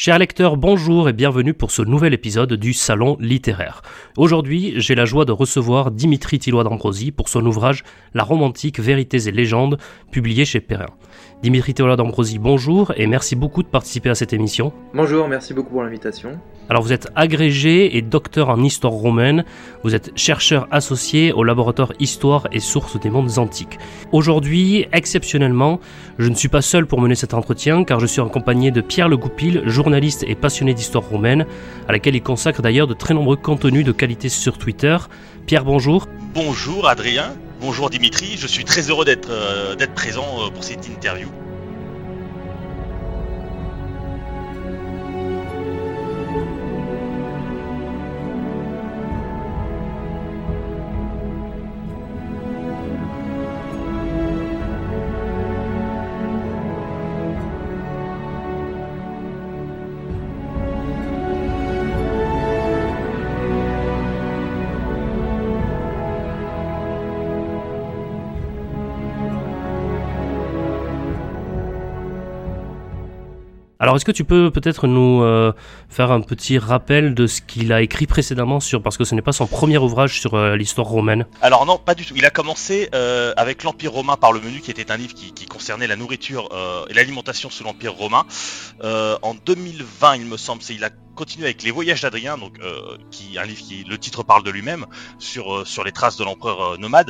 Chers lecteurs, bonjour et bienvenue pour ce nouvel épisode du Salon littéraire. Aujourd'hui, j'ai la joie de recevoir Dimitri Tilloy d'Ambrosi pour son ouvrage « La Rome antique, vérités et légendes » publié chez Perrin. Dimitri Tilloy d'Ambrosi, bonjour et merci beaucoup de participer à cette émission. Bonjour, merci beaucoup pour l'invitation. Alors vous êtes agrégé et docteur en histoire romaine, vous êtes chercheur associé au laboratoire Histoire et Sources des mondes antiques. Aujourd'hui, exceptionnellement, je ne suis pas seul pour mener cet entretien car je suis accompagné de Pierre Le Goupil, journaliste et passionné d'histoire romaine, à laquelle il consacre d'ailleurs de très nombreux contenus de qualité sur Twitter. Pierre, bonjour. Bonjour Adrien, bonjour Dimitri, je suis très heureux d'être présent pour cette interview. Alors, est-ce que tu peux peut-être nous faire un petit rappel de ce qu'il a écrit précédemment parce que ce n'est pas son premier ouvrage sur l'histoire romaine. Alors non, pas du tout. Il a commencé avec l'Empire romain par le menu, qui était un livre qui concernait la nourriture et l'alimentation sous l'Empire romain. En 2020, il me semble, il a continué avec Les Voyages d'Adrien, donc un livre qui, le titre parle de lui-même, sur les traces de l'empereur nomade.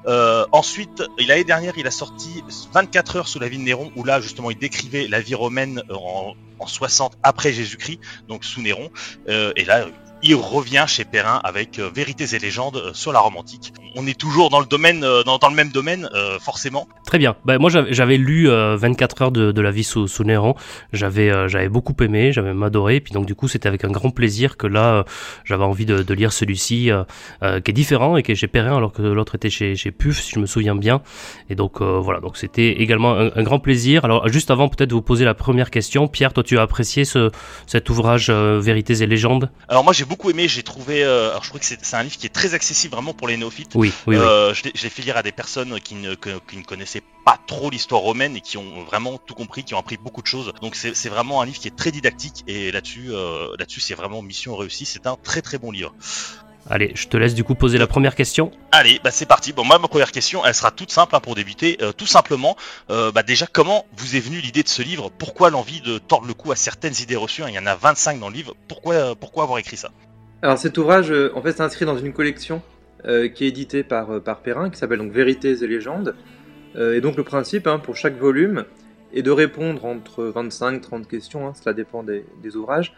Ensuite, l'année dernière, il a sorti 24 heures sous la vie de Néron, où là, justement, il décrivait la vie romaine en 60 après Jésus-Christ, donc sous Néron. Et là, il revient chez Perrin avec Vérités et légendes sur la Rome antique. On est toujours dans le domaine, dans le même domaine, forcément. Très bien. Moi, j'avais lu 24 heures de la vie sous Néron. J'avais beaucoup aimé, j'avais même adoré. Puis donc du coup, c'était avec un grand plaisir que là, j'avais envie de lire celui-ci, qui est différent et qui est chez Perrin, alors que l'autre était chez Puf, si je me souviens bien. Et donc voilà. Donc c'était également un grand plaisir. Alors juste avant peut-être de vous poser la première question, Pierre, toi, tu as apprécié cet ouvrage Vérités et légendes? Alors moi, j'ai beaucoup aimé, j'ai trouvé, alors je trouve que c'est un livre qui est très accessible vraiment pour les néophytes. Oui. Je l'ai fait lire à des personnes qui ne connaissaient pas trop l'histoire romaine et qui ont vraiment tout compris, qui ont appris beaucoup de choses. Donc c'est vraiment un livre qui est très didactique et là-dessus c'est vraiment mission réussie. C'est un très très bon livre. Allez, je te laisse du coup poser la première question. Allez, c'est parti. Bon, moi, ma première question, elle sera toute simple pour débuter. Tout simplement, déjà, comment vous est venue l'idée de ce livre? Pourquoi l'envie de tordre le cou à certaines idées reçues? Il y en a 25 dans le livre. Pourquoi avoir écrit ça? Alors cet ouvrage, en fait, s'inscrit dans une collection qui est éditée par Perrin, qui s'appelle donc Vérités et légendes. Et donc le principe, pour chaque volume, est de répondre entre 25 et 30 questions, cela dépend des ouvrages,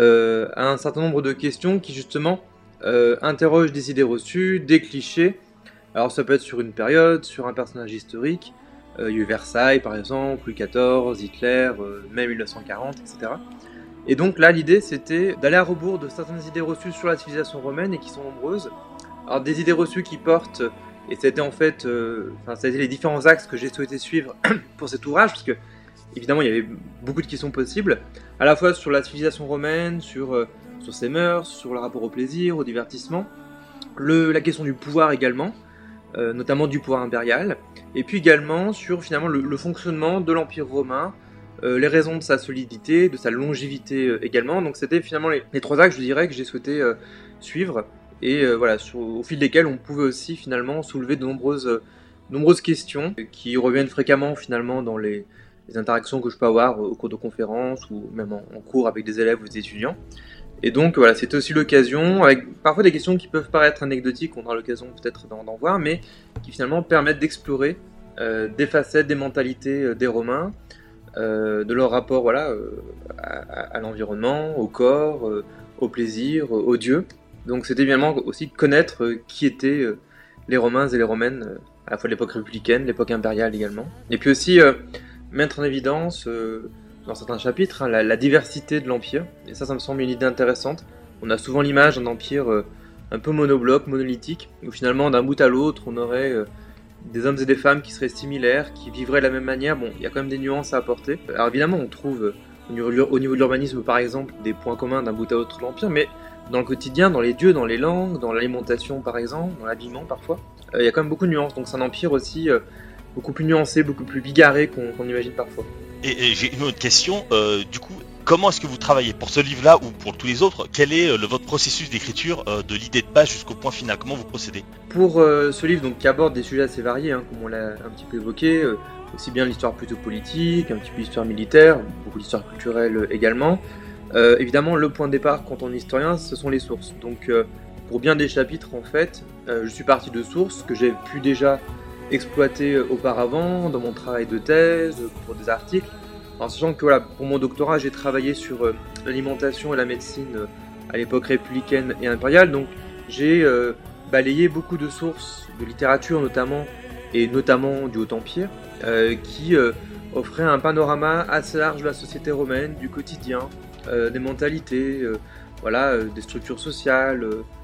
à un certain nombre de questions qui justement interrogent des idées reçues, des clichés. Alors ça peut être sur une période, sur un personnage historique. Il y a eu Versailles par exemple, Louis XIV, Hitler, mai 1940, etc. Et donc là, l'idée, c'était d'aller à rebours de certaines idées reçues sur la civilisation romaine et qui sont nombreuses. Alors des idées reçues qui portent, et c'était en fait, ça a été les différents axes que j'ai souhaité suivre pour cet ouvrage, parce que évidemment, il y avait beaucoup de questions possibles, à la fois sur la civilisation romaine, sur ses mœurs, sur le rapport au plaisir, au divertissement, la question du pouvoir également, notamment du pouvoir impérial, et puis également sur finalement le fonctionnement de l'Empire romain, les raisons de sa solidité, de sa longévité également. Donc c'était finalement les trois axes, je dirais, que j'ai souhaité suivre, et voilà, au fil desquels on pouvait aussi finalement soulever de nombreuses questions qui reviennent fréquemment finalement dans les interactions que je peux avoir au cours de conférences ou même en cours avec des élèves ou des étudiants. Et donc voilà, c'était aussi l'occasion, avec parfois des questions qui peuvent paraître anecdotiques, on aura l'occasion peut-être d'en voir, mais qui finalement permettent d'explorer des facettes, des mentalités des Romains, de leur rapport à l'environnement, au corps, au plaisir, aux dieux. Donc c'était évidemment aussi connaître qui étaient les Romains et les Romaines, à la fois de l'époque républicaine, l'époque impériale également. Et puis aussi mettre en évidence, dans certains chapitres, la diversité de l'Empire. Et ça me semble une idée intéressante. On a souvent l'image d'un empire un peu monobloc, monolithique, où finalement d'un bout à l'autre on aurait des hommes et des femmes qui seraient similaires, qui vivraient de la même manière. Bon, il y a quand même des nuances à apporter. Alors évidemment, on trouve au niveau de l'urbanisme, par exemple, des points communs d'un bout à l'autre de l'Empire, mais dans le quotidien, dans les dieux, dans les langues, dans l'alimentation, par exemple, dans l'habillement parfois, il y a quand même beaucoup de nuances. Donc c'est un empire aussi beaucoup plus nuancé, beaucoup plus bigarré qu'on imagine parfois. Et j'ai une autre question, du coup, comment est-ce que vous travaillez pour ce livre-là ou pour tous les autres? Quel est votre processus d'écriture de l'idée de base jusqu'au point final? Comment vous procédez? Pour ce livre donc, qui aborde des sujets assez variés, comme on l'a un petit peu évoqué, aussi bien l'histoire plutôt politique, un petit peu l'histoire militaire, beaucoup d'histoire culturelle également. Évidemment, le point de départ quand on est historien, ce sont les sources. Donc, pour bien des chapitres, en fait, je suis parti de sources que j'ai pu déjà exploiter auparavant dans mon travail de thèse, pour des articles. En sachant que voilà, pour mon doctorat, j'ai travaillé sur l'alimentation et la médecine à l'époque républicaine et impériale. Donc, j'ai balayé beaucoup de sources de littérature notamment, et notamment du Haut-Empire, qui offraient un panorama assez large de la société romaine, du quotidien, des mentalités, des structures sociales.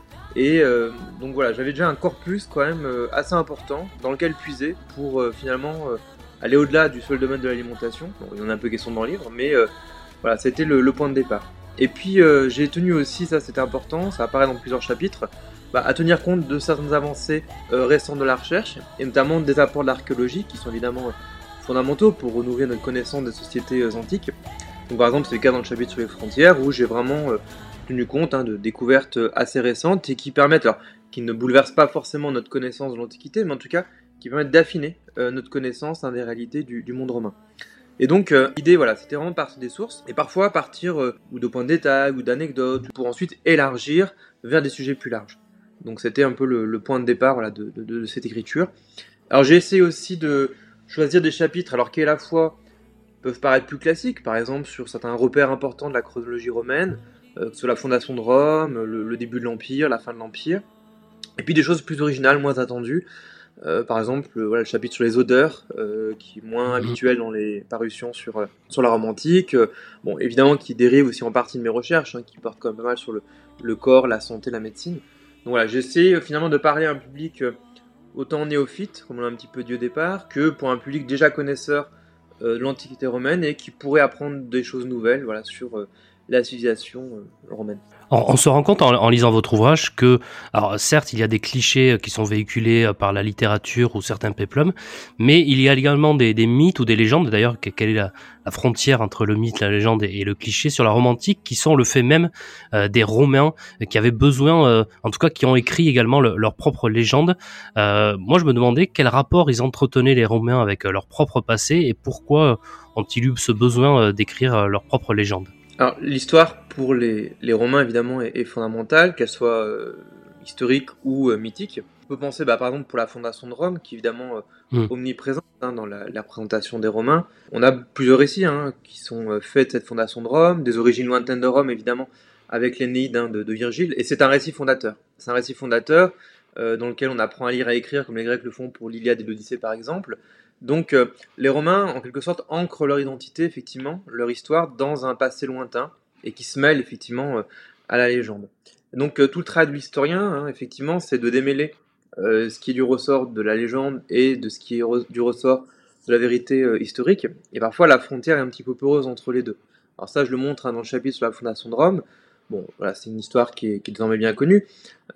Donc voilà, j'avais déjà un corpus quand même assez important dans lequel puiser pour finalement aller au-delà du seul domaine de l'alimentation. Bon, il y en a un peu question dans le livre, mais voilà, c'était le point de départ. Et puis j'ai tenu aussi, ça c'était important, ça apparaît dans plusieurs chapitres, à tenir compte de certaines avancées récentes de la recherche, et notamment des apports de l'archéologie qui sont évidemment fondamentaux pour renouveler notre connaissance des sociétés antiques. Donc par exemple c'est le cas dans le chapitre sur les frontières où j'ai vraiment tenu compte de découvertes assez récentes et qui permettent, alors qui ne bouleversent pas forcément notre connaissance de l'Antiquité, mais en tout cas qui permettent d'affiner notre connaissance des réalités du monde romain. Et donc l'idée c'était vraiment partir des sources et parfois partir ou de points de détail ou d'anecdotes pour ensuite élargir vers des sujets plus larges. Donc c'était un peu le point de départ de cette écriture. Alors j'ai essayé aussi de choisir des chapitres alors qui à la fois peuvent paraître plus classiques, par exemple sur certains repères importants de la chronologie romaine, sur la fondation de Rome, le début de l'Empire, la fin de l'Empire, et puis des choses plus originales, moins attendues, par exemple le chapitre sur les odeurs, qui est moins habituel dans les parutions sur la Rome antique, bon évidemment qui dérive aussi en partie de mes recherches, qui portent quand même pas mal sur le corps, la santé, la médecine. Donc voilà, j'essaie finalement de parler à un public autant néophyte, comme on l'a un petit peu dit au départ, que pour un public déjà connaisseur de l'Antiquité romaine et qui pourrait apprendre des choses nouvelles sur la civilisation romaine. On se rend compte en lisant votre ouvrage que, alors certes, il y a des clichés qui sont véhiculés par la littérature ou certains péplums, mais il y a également des mythes ou des légendes. D'ailleurs, quelle est la frontière entre le mythe, la légende et le cliché sur la Rome antique, qui sont le fait même des Romains qui avaient besoin, en tout cas qui ont écrit également leur propre légende. Moi, je me demandais quel rapport ils entretenaient les Romains avec leur propre passé et pourquoi ont-ils eu ce besoin d'écrire leur propre légende. Alors, l'histoire pour les Romains, évidemment, est fondamentale, qu'elle soit historique ou mythique. On peut penser, par exemple, pour la fondation de Rome, qui est évidemment omniprésente dans la représentation des Romains. On a plusieurs récits qui sont faits de cette fondation de Rome, des origines lointaines de Rome, évidemment, avec l'Énéide de Virgile. Et c'est un récit fondateur. C'est un récit fondateur dans lequel on apprend à lire et à écrire, comme les Grecs le font pour l'Iliade et l'Odyssée, par exemple. Donc les Romains, en quelque sorte, ancrent leur identité, effectivement, leur histoire, dans un passé lointain, et qui se mêle, effectivement, à la légende. Donc tout le travail de l'historien, effectivement, c'est de démêler ce qui est du ressort de la légende et de ce qui est du ressort de la vérité historique. Et parfois, la frontière est un petit peu poreuse entre les deux. Alors ça, je le montre dans le chapitre sur la fondation de Rome. Bon, voilà, c'est une histoire qui est désormais bien connue.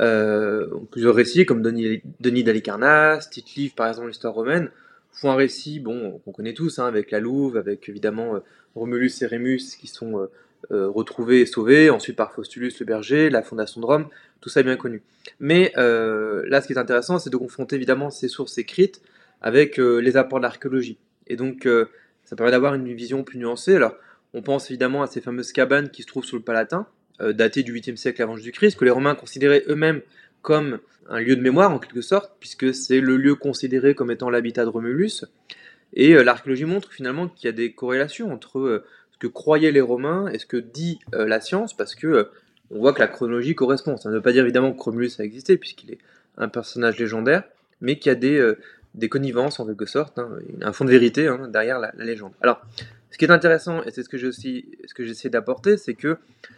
Plusieurs récits, comme Denis d'Halicarnasse, Tite-Live, par exemple, l'histoire romaine, font un récit, qu'on connaît tous, avec la Louve, avec évidemment Romulus et Rémus qui sont retrouvés et sauvés, ensuite par Faustulus le berger, la fondation de Rome, tout ça est bien connu. Mais là, ce qui est intéressant, c'est de confronter évidemment ces sources écrites avec les apports de l'archéologie. Et donc, ça permet d'avoir une vision plus nuancée. Alors, on pense évidemment à ces fameuses cabanes qui se trouvent sur le Palatin, datées du 8e siècle avant Jésus-Christ, que les Romains considéraient eux-mêmes comme un lieu de mémoire en quelque sorte, puisque c'est le lieu considéré comme étant l'habitat de Romulus. Et l'archéologie montre finalement qu'il y a des corrélations entre ce que croyaient les Romains et ce que dit la science, parce que on voit que la chronologie correspond. Ça ne veut pas dire évidemment que Romulus a existé, puisqu'il est un personnage légendaire, mais qu'il y a des connivences en quelque sorte, un fond de vérité derrière la légende. Alors, ce qui est intéressant, et c'est ce que j'essaie d'apporter, c'est que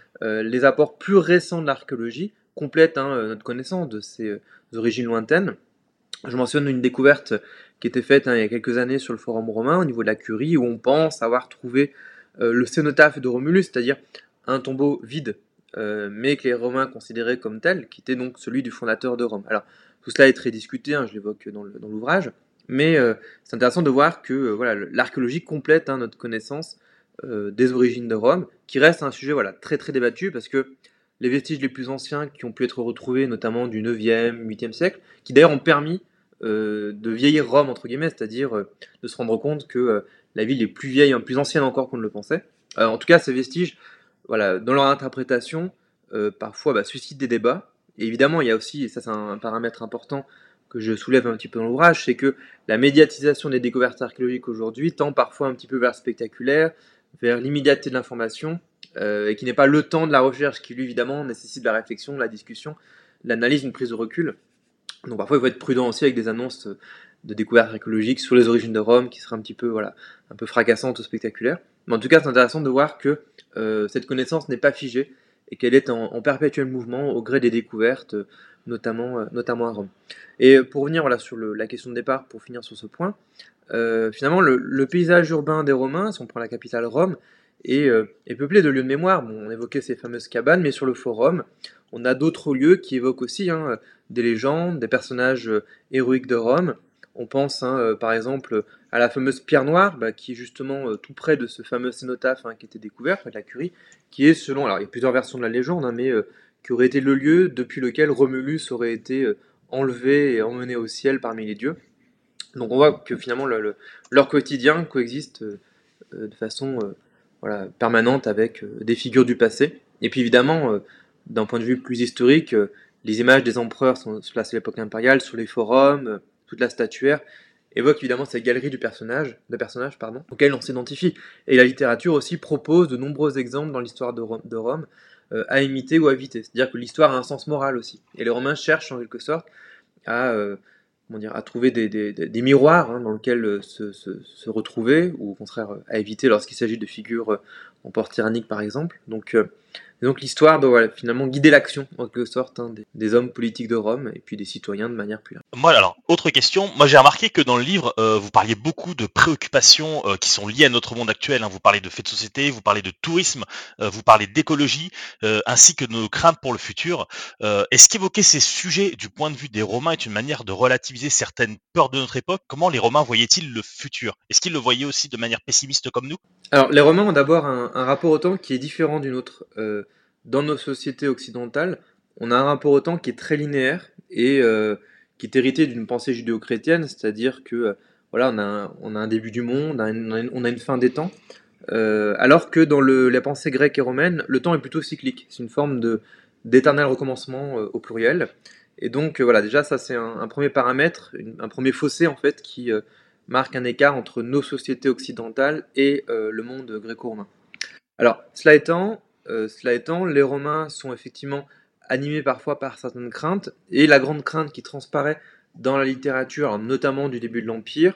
les apports plus récents de l'archéologie complètent notre connaissance de ces origines lointaines. Je mentionne une découverte qui était faite il y a quelques années sur le forum romain au niveau de la Curie, où on pense avoir trouvé le cénotaphe de Romulus, c'est-à-dire un tombeau vide, mais que les Romains considéraient comme tel, qui était donc celui du fondateur de Rome. Alors, tout cela est très discuté, je l'évoque dans l'ouvrage, mais c'est intéressant de voir que l'archéologie complète notre connaissance des origines de Rome, qui reste un sujet très très débattu parce que les vestiges les plus anciens qui ont pu être retrouvés, notamment du 9e, 8e siècle, qui d'ailleurs ont permis de vieillir Rome, entre guillemets, c'est-à-dire de se rendre compte que la ville est plus vieille, plus ancienne encore qu'on ne le pensait. En tout cas, ces vestiges, dans leur interprétation, parfois suscitent des débats. Et évidemment, il y a aussi, et ça c'est un paramètre important que je soulève un petit peu dans l'ouvrage, c'est que la médiatisation des découvertes archéologiques aujourd'hui tend parfois un petit peu vers le spectaculaire, vers l'immédiateté de l'information, et qui n'est pas le temps de la recherche, qui lui évidemment nécessite de la réflexion, de la discussion, de l'analyse, une prise de recul. Donc parfois il faut être prudent aussi avec des annonces de découvertes archéologiques sur les origines de Rome, qui seraient un petit peu, un peu fracassantes ou spectaculaires. Mais en tout cas c'est intéressant de voir que cette connaissance n'est pas figée, et qu'elle est en perpétuel mouvement au gré des découvertes, notamment à Rome. Et pour revenir sur la question de départ, pour finir sur ce point, finalement le paysage urbain des Romains, si on prend la capitale Rome, est peuplé de lieux de mémoire. Bon, on évoquait ces fameuses cabanes, mais sur le forum, on a d'autres lieux qui évoquent aussi des légendes, des personnages héroïques de Rome. On pense par exemple à la fameuse pierre noire, qui est justement tout près de ce fameux cénotaphe qui était découvert près de la Curie, qui est selon, alors il y a plusieurs versions de la légende, mais qui aurait été le lieu depuis lequel Romulus aurait été enlevé et emmené au ciel parmi les dieux. Donc on voit que finalement leur quotidien coexiste de façon permanente avec des figures du passé. Et puis évidemment, d'un point de vue plus historique, les images des empereurs sont placées à l'époque impériale sur les forums, toute la statuaire évoque évidemment ces galeries de personnages, auxquels on s'identifie. Et la littérature aussi propose de nombreux exemples dans l'histoire de Rome à imiter ou à éviter. C'est-à-dire que l'histoire a un sens moral aussi. Et les Romains cherchent en quelque sorte à trouver des miroirs dans lesquels se retrouver, ou au contraire à éviter lorsqu'il s'agit de figures en port tyrannique par exemple. Donc l'histoire doit finalement guider l'action en quelque sorte des hommes politiques de Rome et puis des citoyens de manière plus large. Moi, alors, autre question. Moi, j'ai remarqué que dans le livre, vous parliez beaucoup de préoccupations qui sont liées à notre monde actuel. Vous parlez de faits de société, vous parlez de tourisme, vous parlez d'écologie, ainsi que de nos craintes pour le futur. Est-ce qu'évoquer ces sujets du point de vue des Romains est une manière de relativiser certaines peurs de notre époque? Comment les Romains voyaient-ils le futur? Est-ce qu'ils le voyaient aussi de manière pessimiste comme nous? Alors, les Romains ont d'abord un rapport au temps qui est différent du nôtre. Dans nos sociétés occidentales, on a un rapport au temps qui est très linéaire et qui est hérité d'une pensée judéo-chrétienne, c'est-à-dire que on a un début du monde, on a une fin des temps, alors que dans la pensée grecque et romaine, le temps est plutôt cyclique. C'est une forme d'éternel recommencement au pluriel. Et donc déjà ça c'est un premier paramètre, un premier fossé en fait qui marque un écart entre nos sociétés occidentales et le monde gréco-romain. Alors, cela étant, les Romains sont effectivement animés parfois par certaines craintes, et la grande crainte qui transparaît dans la littérature, alors notamment du début de l'Empire,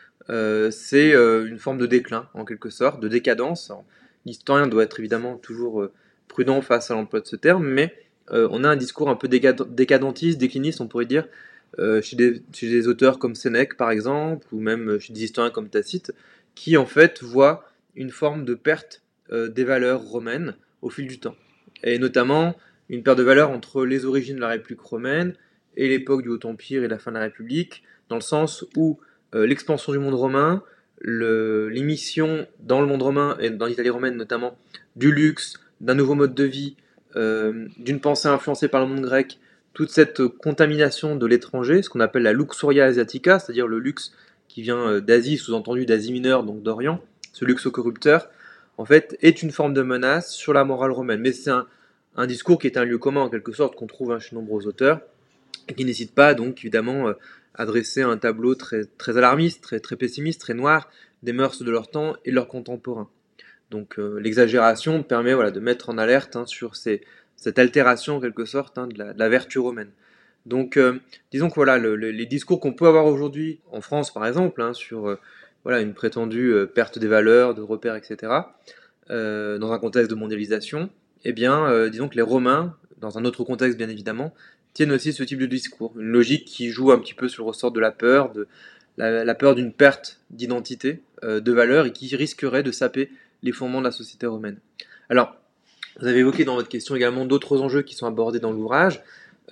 c'est une forme de déclin, en quelque sorte, de décadence. Alors, l'historien doit être évidemment toujours prudent face à l'emploi de ce terme, mais on a un discours un peu décadentiste, décliniste, on pourrait dire, chez des auteurs comme Sénèque par exemple, ou même chez des historiens comme Tacite, qui en fait voient une forme de perte des valeurs romaines au fil du temps. Et notamment une perte de valeurs entre les origines de la République romaine et l'époque du Haut-Empire et la fin de la République, dans le sens où l'expansion du monde romain, l'émission dans le monde romain, et dans l'Italie romaine notamment, du luxe, d'un nouveau mode de vie, d'une pensée influencée par le monde grec, toute cette contamination de l'étranger, ce qu'on appelle la luxuria asiatica, c'est-à-dire le luxe qui vient d'Asie, sous-entendu d'Asie mineure, donc d'Orient, ce luxe corrupteur, en fait, est une forme de menace sur la morale romaine. Mais c'est un discours qui est un lieu commun, en quelque sorte, qu'on trouve chez nombreux auteurs, et qui n'hésite pas, donc, évidemment, à dresser un tableau très, très alarmiste, très, très pessimiste, très noir, des mœurs de leur temps et de leurs contemporains. Donc, l'exagération permet de mettre en alerte sur cette altération, en quelque sorte, de la vertu romaine. Donc, disons que les discours qu'on peut avoir aujourd'hui, en France par exemple, sur une prétendue perte des valeurs, de repères, etc., dans un contexte de mondialisation, disons que les Romains, dans un autre contexte bien évidemment, tiennent aussi ce type de discours. Une logique qui joue un petit peu sur le ressort de la peur, la peur d'une perte d'identité, de valeur, et qui risquerait de saper les fondements de la société romaine. Alors, vous avez évoqué dans votre question également d'autres enjeux qui sont abordés dans l'ouvrage,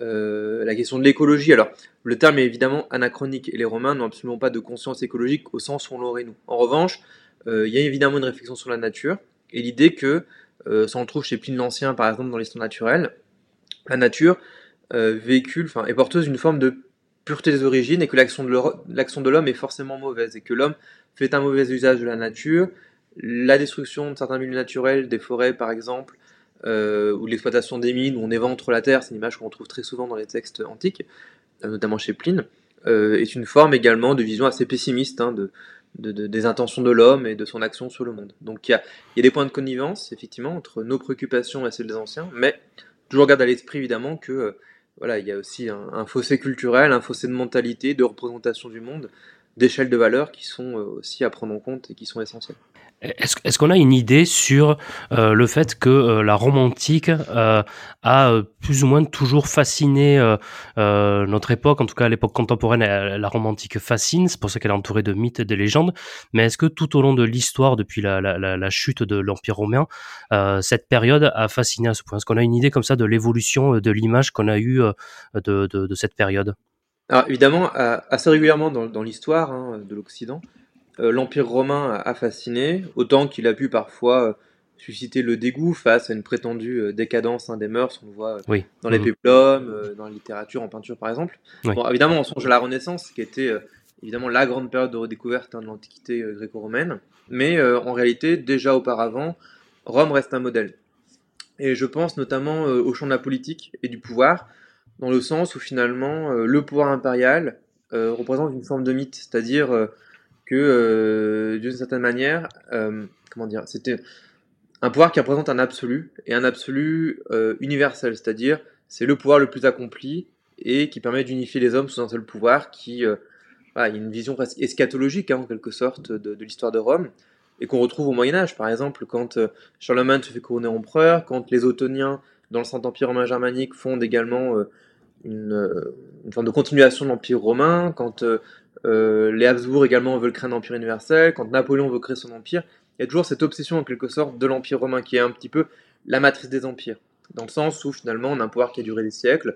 la question de l'écologie. Alors, le terme est évidemment anachronique, et les Romains n'ont absolument pas de conscience écologique au sens où on l'aurait nous. En revanche, il y a évidemment une réflexion sur la nature, et l'idée que, ça on le trouve chez Pline l'Ancien par exemple dans l'histoire naturelle, la nature véhicule, enfin est porteuse d'une forme de pureté des origines et que l'action de l'homme est forcément mauvaise et que l'homme fait un mauvais usage de la nature, la destruction de certains milieux naturels, des forêts par exemple, ou l'exploitation des mines où on éventre la terre, c'est une image qu'on retrouve très souvent dans les textes antiques, notamment chez Pline, est une forme également de vision assez pessimiste des intentions de l'homme et de son action sur le monde. Donc il y a des points de connivence, effectivement, entre nos préoccupations et celles des anciens, mais toujours garde à l'esprit, évidemment, que voilà, il y a aussi un fossé culturel, un fossé de mentalité, de représentation du monde, d'échelle de valeurs qui sont aussi à prendre en compte et qui sont essentielles. Est-ce qu'on a une idée sur le fait que la Rome antique a plus ou moins toujours fasciné notre époque, en tout cas à l'époque contemporaine, la Rome antique fascine, c'est pour ça qu'elle est entourée de mythes et de légendes, mais est-ce que tout au long de l'histoire, depuis la chute de l'Empire romain, cette période a fasciné à ce point? Est-ce qu'on a une idée comme ça de l'évolution de l'image qu'on a eue de cette période? Alors évidemment, assez régulièrement dans l'histoire de l'Occident, l'Empire romain a fasciné, autant qu'il a pu parfois susciter le dégoût face à une prétendue décadence des mœurs, on le voit Oui. dans les péplums, dans la littérature, en peinture par exemple. Oui. Bon, évidemment, on songe à la Renaissance, qui était évidemment la grande période de redécouverte de l'Antiquité gréco-romaine, mais en réalité, déjà auparavant, Rome reste un modèle. Et je pense notamment au champ de la politique et du pouvoir, dans le sens où finalement le pouvoir impérial représente une forme de mythe, c'est-à-dire que d'une certaine manière, comment dire, c'était un pouvoir qui représente un absolu, et un absolu universel, c'est-à-dire c'est le pouvoir le plus accompli et qui permet d'unifier les hommes sous un seul pouvoir qui, voilà, il y a une vision presque eschatologique en quelque sorte de l'histoire de Rome, et qu'on retrouve au Moyen-Âge par exemple, quand Charlemagne se fait couronner empereur, quand les Ottoniens dans le Saint-Empire romain germanique fondent également une forme de continuation de l'Empire romain, quand les Habsbourg également veulent créer un empire universel, quand Napoléon veut créer son empire, il y a toujours cette obsession en quelque sorte de l'Empire romain qui est un petit peu la matrice des empires, dans le sens où finalement on a un pouvoir qui a duré des siècles,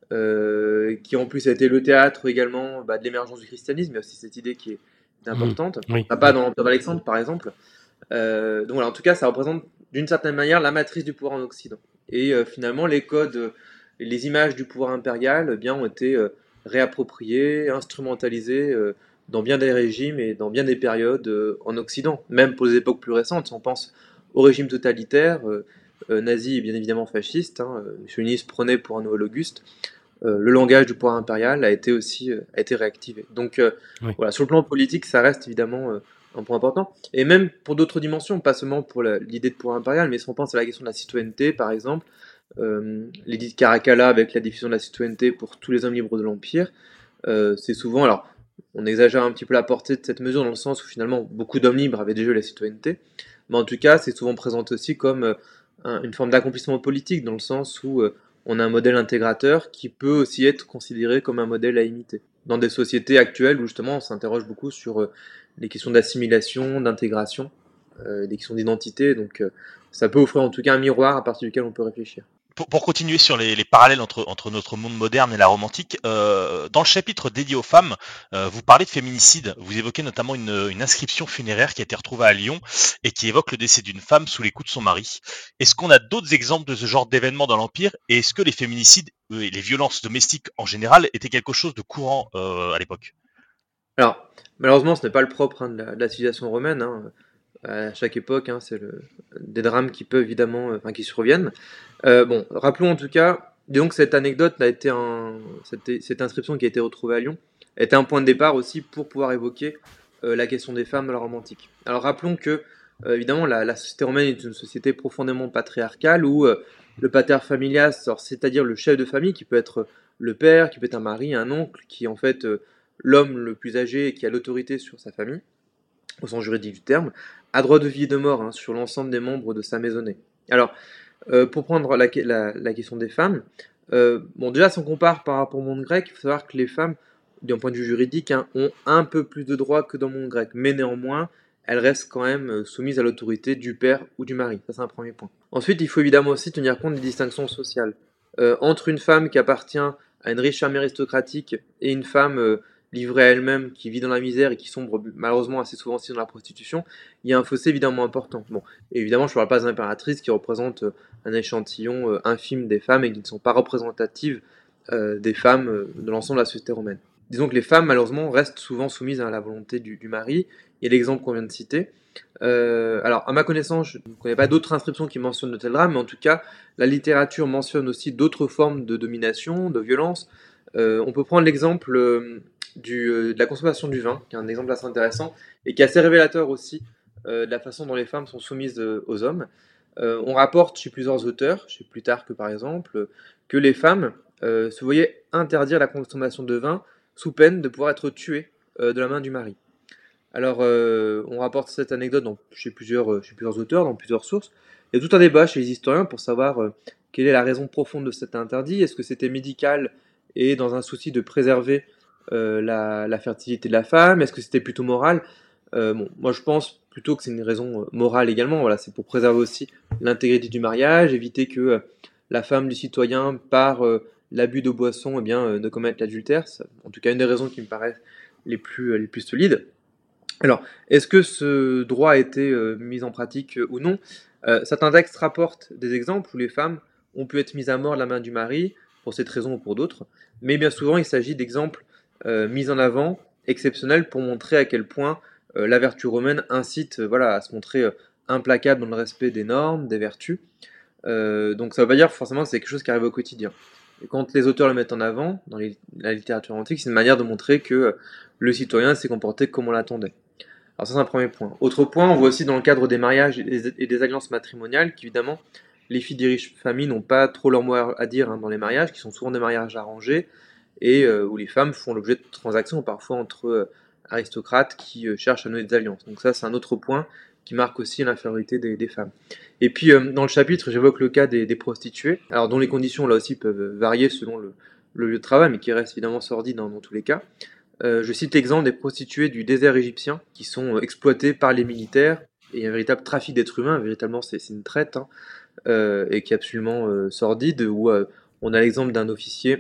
qui en plus a été le théâtre également de l'émergence du christianisme, il y a aussi cette idée qui est importante, Oui. pas dans l'Empire d'Alexandre par exemple. Donc voilà, en tout cas ça représente d'une certaine manière la matrice du pouvoir en Occident. Et finalement les codes, les images du pouvoir impérial bien, ont été réappropriées, instrumentalisées dans bien des régimes et dans bien des périodes en Occident, même pour les époques plus récentes. Si on pense au régime totalitaire, nazi et bien évidemment fasciste, Mussolini prenait pour un nouvel Auguste, le langage du pouvoir impérial a été aussi a été réactivé. Donc Oui. voilà, sur le plan politique, ça reste évidemment un point important. Et même pour d'autres dimensions, pas seulement pour l'idée de pouvoir impérial, mais si on pense à la question de la citoyenneté, par exemple, l'édit de Caracalla avec la diffusion de la citoyenneté pour tous les hommes libres de l'Empire, c'est souvent, alors on exagère un petit peu la portée de cette mesure dans le sens où finalement beaucoup d'hommes libres avaient déjà eu la citoyenneté, mais en tout cas c'est souvent présenté aussi comme une forme d'accomplissement politique dans le sens où on a un modèle intégrateur qui peut aussi être considéré comme un modèle à imiter. Dans des sociétés actuelles où justement on s'interroge beaucoup sur les questions d'assimilation, d'intégration, des questions d'identité, donc ça peut offrir en tout cas un miroir à partir duquel on peut réfléchir. Pour continuer sur les parallèles entre notre monde moderne et la Rome antique, dans le chapitre dédié aux femmes, vous parlez de féminicide. Vous évoquez notamment une inscription funéraire qui a été retrouvée à Lyon et qui évoque le décès d'une femme sous les coups de son mari. Est-ce qu'on a d'autres exemples de ce genre d'événements dans l'Empire? Et est-ce que les féminicides et les violences domestiques en général étaient quelque chose de courant à l'époque? Alors, malheureusement, ce n'est pas le propre de la civilisation romaine. À chaque époque, c'est des drames qui peuvent évidemment, qui surviennent. Bon, rappelons en tout cas, disons que cette anecdote a été cette inscription qui a été retrouvée à Lyon était un point de départ aussi pour pouvoir évoquer la question des femmes dans la Rome antique. Alors rappelons que évidemment la société romaine est une société profondément patriarcale où le pater familias, c'est-à-dire le chef de famille, qui peut être le père, qui peut être un mari, un oncle, qui est en fait l'homme le plus âgé et qui a l'autorité sur sa famille, au sens juridique du terme, a droit de vie et de mort sur l'ensemble des membres de sa maisonnée. Alors, pour prendre la question des femmes, bon, déjà, si on compare par rapport au monde grec, il faut savoir que les femmes, d'un point de vue juridique, ont un peu plus de droits que dans le monde grec, mais néanmoins, elles restent quand même soumises à l'autorité du père ou du mari. Ça, c'est un premier point. Ensuite, il faut évidemment aussi tenir compte des distinctions sociales. Entre une femme qui appartient à une riche famille aristocratique et une femme livrée à elle-même, qui vit dans la misère et qui sombre malheureusement assez souvent aussi dans la prostitution, il y a un fossé évidemment important. Bon, et évidemment, je ne parle pas des impératrices qui représentent un échantillon infime des femmes et qui ne sont pas représentatives des femmes de l'ensemble de la société romaine. Disons que les femmes, malheureusement, restent souvent soumises à la volonté du mari. Il y a l'exemple qu'on vient de citer. Alors, à ma connaissance, je ne connais pas d'autres inscriptions qui mentionnent de tels drames, mais en tout cas, la littérature mentionne aussi d'autres formes de domination, de violence. On peut prendre l'exemple de la consommation du vin, qui est un exemple assez intéressant, et qui est assez révélateur aussi de la façon dont les femmes sont soumises aux hommes. On rapporte chez plusieurs auteurs, chez Plutarque par exemple, que les femmes se voyaient interdire la consommation de vin sous peine de pouvoir être tuées de la main du mari. Alors, on rapporte cette anecdote chez plusieurs auteurs, dans plusieurs sources. Il y a tout un débat chez les historiens pour savoir quelle est la raison profonde de cet interdit. Est-ce que c'était médical et dans un souci de préserver la fertilité de la femme? Est-ce que c'était plutôt moral? Bon, moi je pense plutôt que c'est une raison morale également. Voilà, c'est pour préserver aussi l'intégrité du mariage, éviter que la femme du citoyen, par l'abus de boisson, ne commette l'adultère. C'est en tout cas une des raisons qui me paraissent les plus solides. Alors, est-ce que ce droit a été mis en pratique ou non? Certains textes rapportent des exemples où les femmes ont pu être mises à mort de la main du mari, pour cette raison ou pour d'autres, mais bien souvent il s'agit d'exemples mis en avant, exceptionnels, pour montrer à quel point la vertu romaine incite à se montrer implacable dans le respect des normes, des vertus. Donc ça ne veut pas dire forcément que c'est quelque chose qui arrive au quotidien. Et quand les auteurs le mettent en avant, dans la littérature antique, c'est une manière de montrer que le citoyen s'est comporté comme on l'attendait. Alors ça c'est un premier point. Autre point, on voit aussi dans le cadre des mariages et des alliances matrimoniales qu'évidemment les filles des riches familles n'ont pas trop leur mot à dire dans les mariages, qui sont souvent des mariages arrangés, et où les femmes font l'objet de transactions parfois entre aristocrates qui cherchent à nouer des alliances. Donc ça c'est un autre point qui marque aussi l'infériorité des femmes. Et puis dans le chapitre, j'évoque le cas des prostituées, alors dont les conditions là aussi peuvent varier selon le lieu de travail, mais qui restent évidemment sordides dans tous les cas. Je cite l'exemple des prostituées du désert égyptien qui sont exploitées par les militaires, et il y a un véritable trafic d'êtres humains, véritablement c'est une traite, et qui est absolument sordide, où on a l'exemple d'un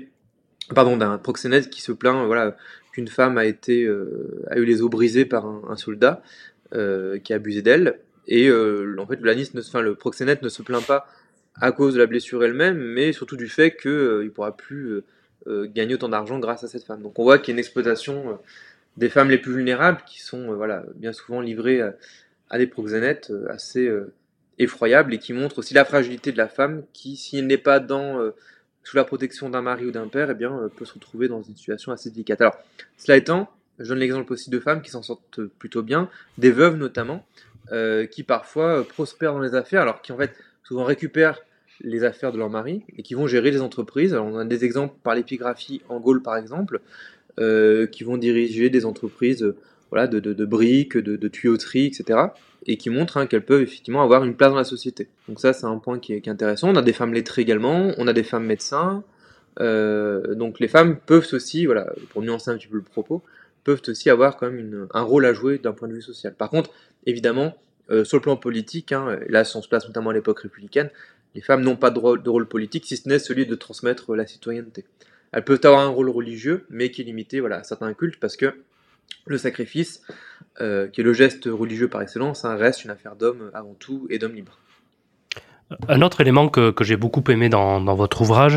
d'un proxénète qui se plaint qu'une femme a eu les os brisés par un soldat qui a abusé d'elle, et en fait le proxénète ne se plaint pas à cause de la blessure elle-même, mais surtout du fait qu'il ne pourra plus gagner autant d'argent grâce à cette femme. Donc on voit qu'il y a une exploitation des femmes les plus vulnérables qui sont bien souvent livrées à des proxénètes assez effroyables, et qui montrent aussi la fragilité de la femme qui, si elle n'est pas sous la protection d'un mari ou d'un père, peut se retrouver dans une situation assez délicate. Alors, cela étant, je donne l'exemple aussi de femmes qui s'en sortent plutôt bien, des veuves notamment, qui parfois prospèrent dans les affaires, alors qui en fait souvent récupèrent les affaires de leur mari et qui vont gérer les entreprises. Alors, on a des exemples par l'épigraphie en Gaule par exemple, qui vont diriger des entreprises de briques, de tuyauterie, etc. et qui montrent qu'elles peuvent effectivement avoir une place dans la société. Donc ça c'est un point qui est intéressant. On a des femmes lettrées également, on a des femmes médecins, donc les femmes peuvent aussi, pour nuancer un petit peu le propos, peuvent aussi avoir quand même un rôle à jouer d'un point de vue social. Par contre, évidemment, sur le plan politique, là si on se place notamment à l'époque républicaine, les femmes n'ont pas de rôle politique, si ce n'est celui de transmettre la citoyenneté. Elles peuvent avoir un rôle religieux, mais qui est limité à certains cultes, parce que le sacrifice, qui est le geste religieux par excellence, reste une affaire d'homme avant tout, et d'homme libre. Un autre élément que j'ai beaucoup aimé dans votre ouvrage,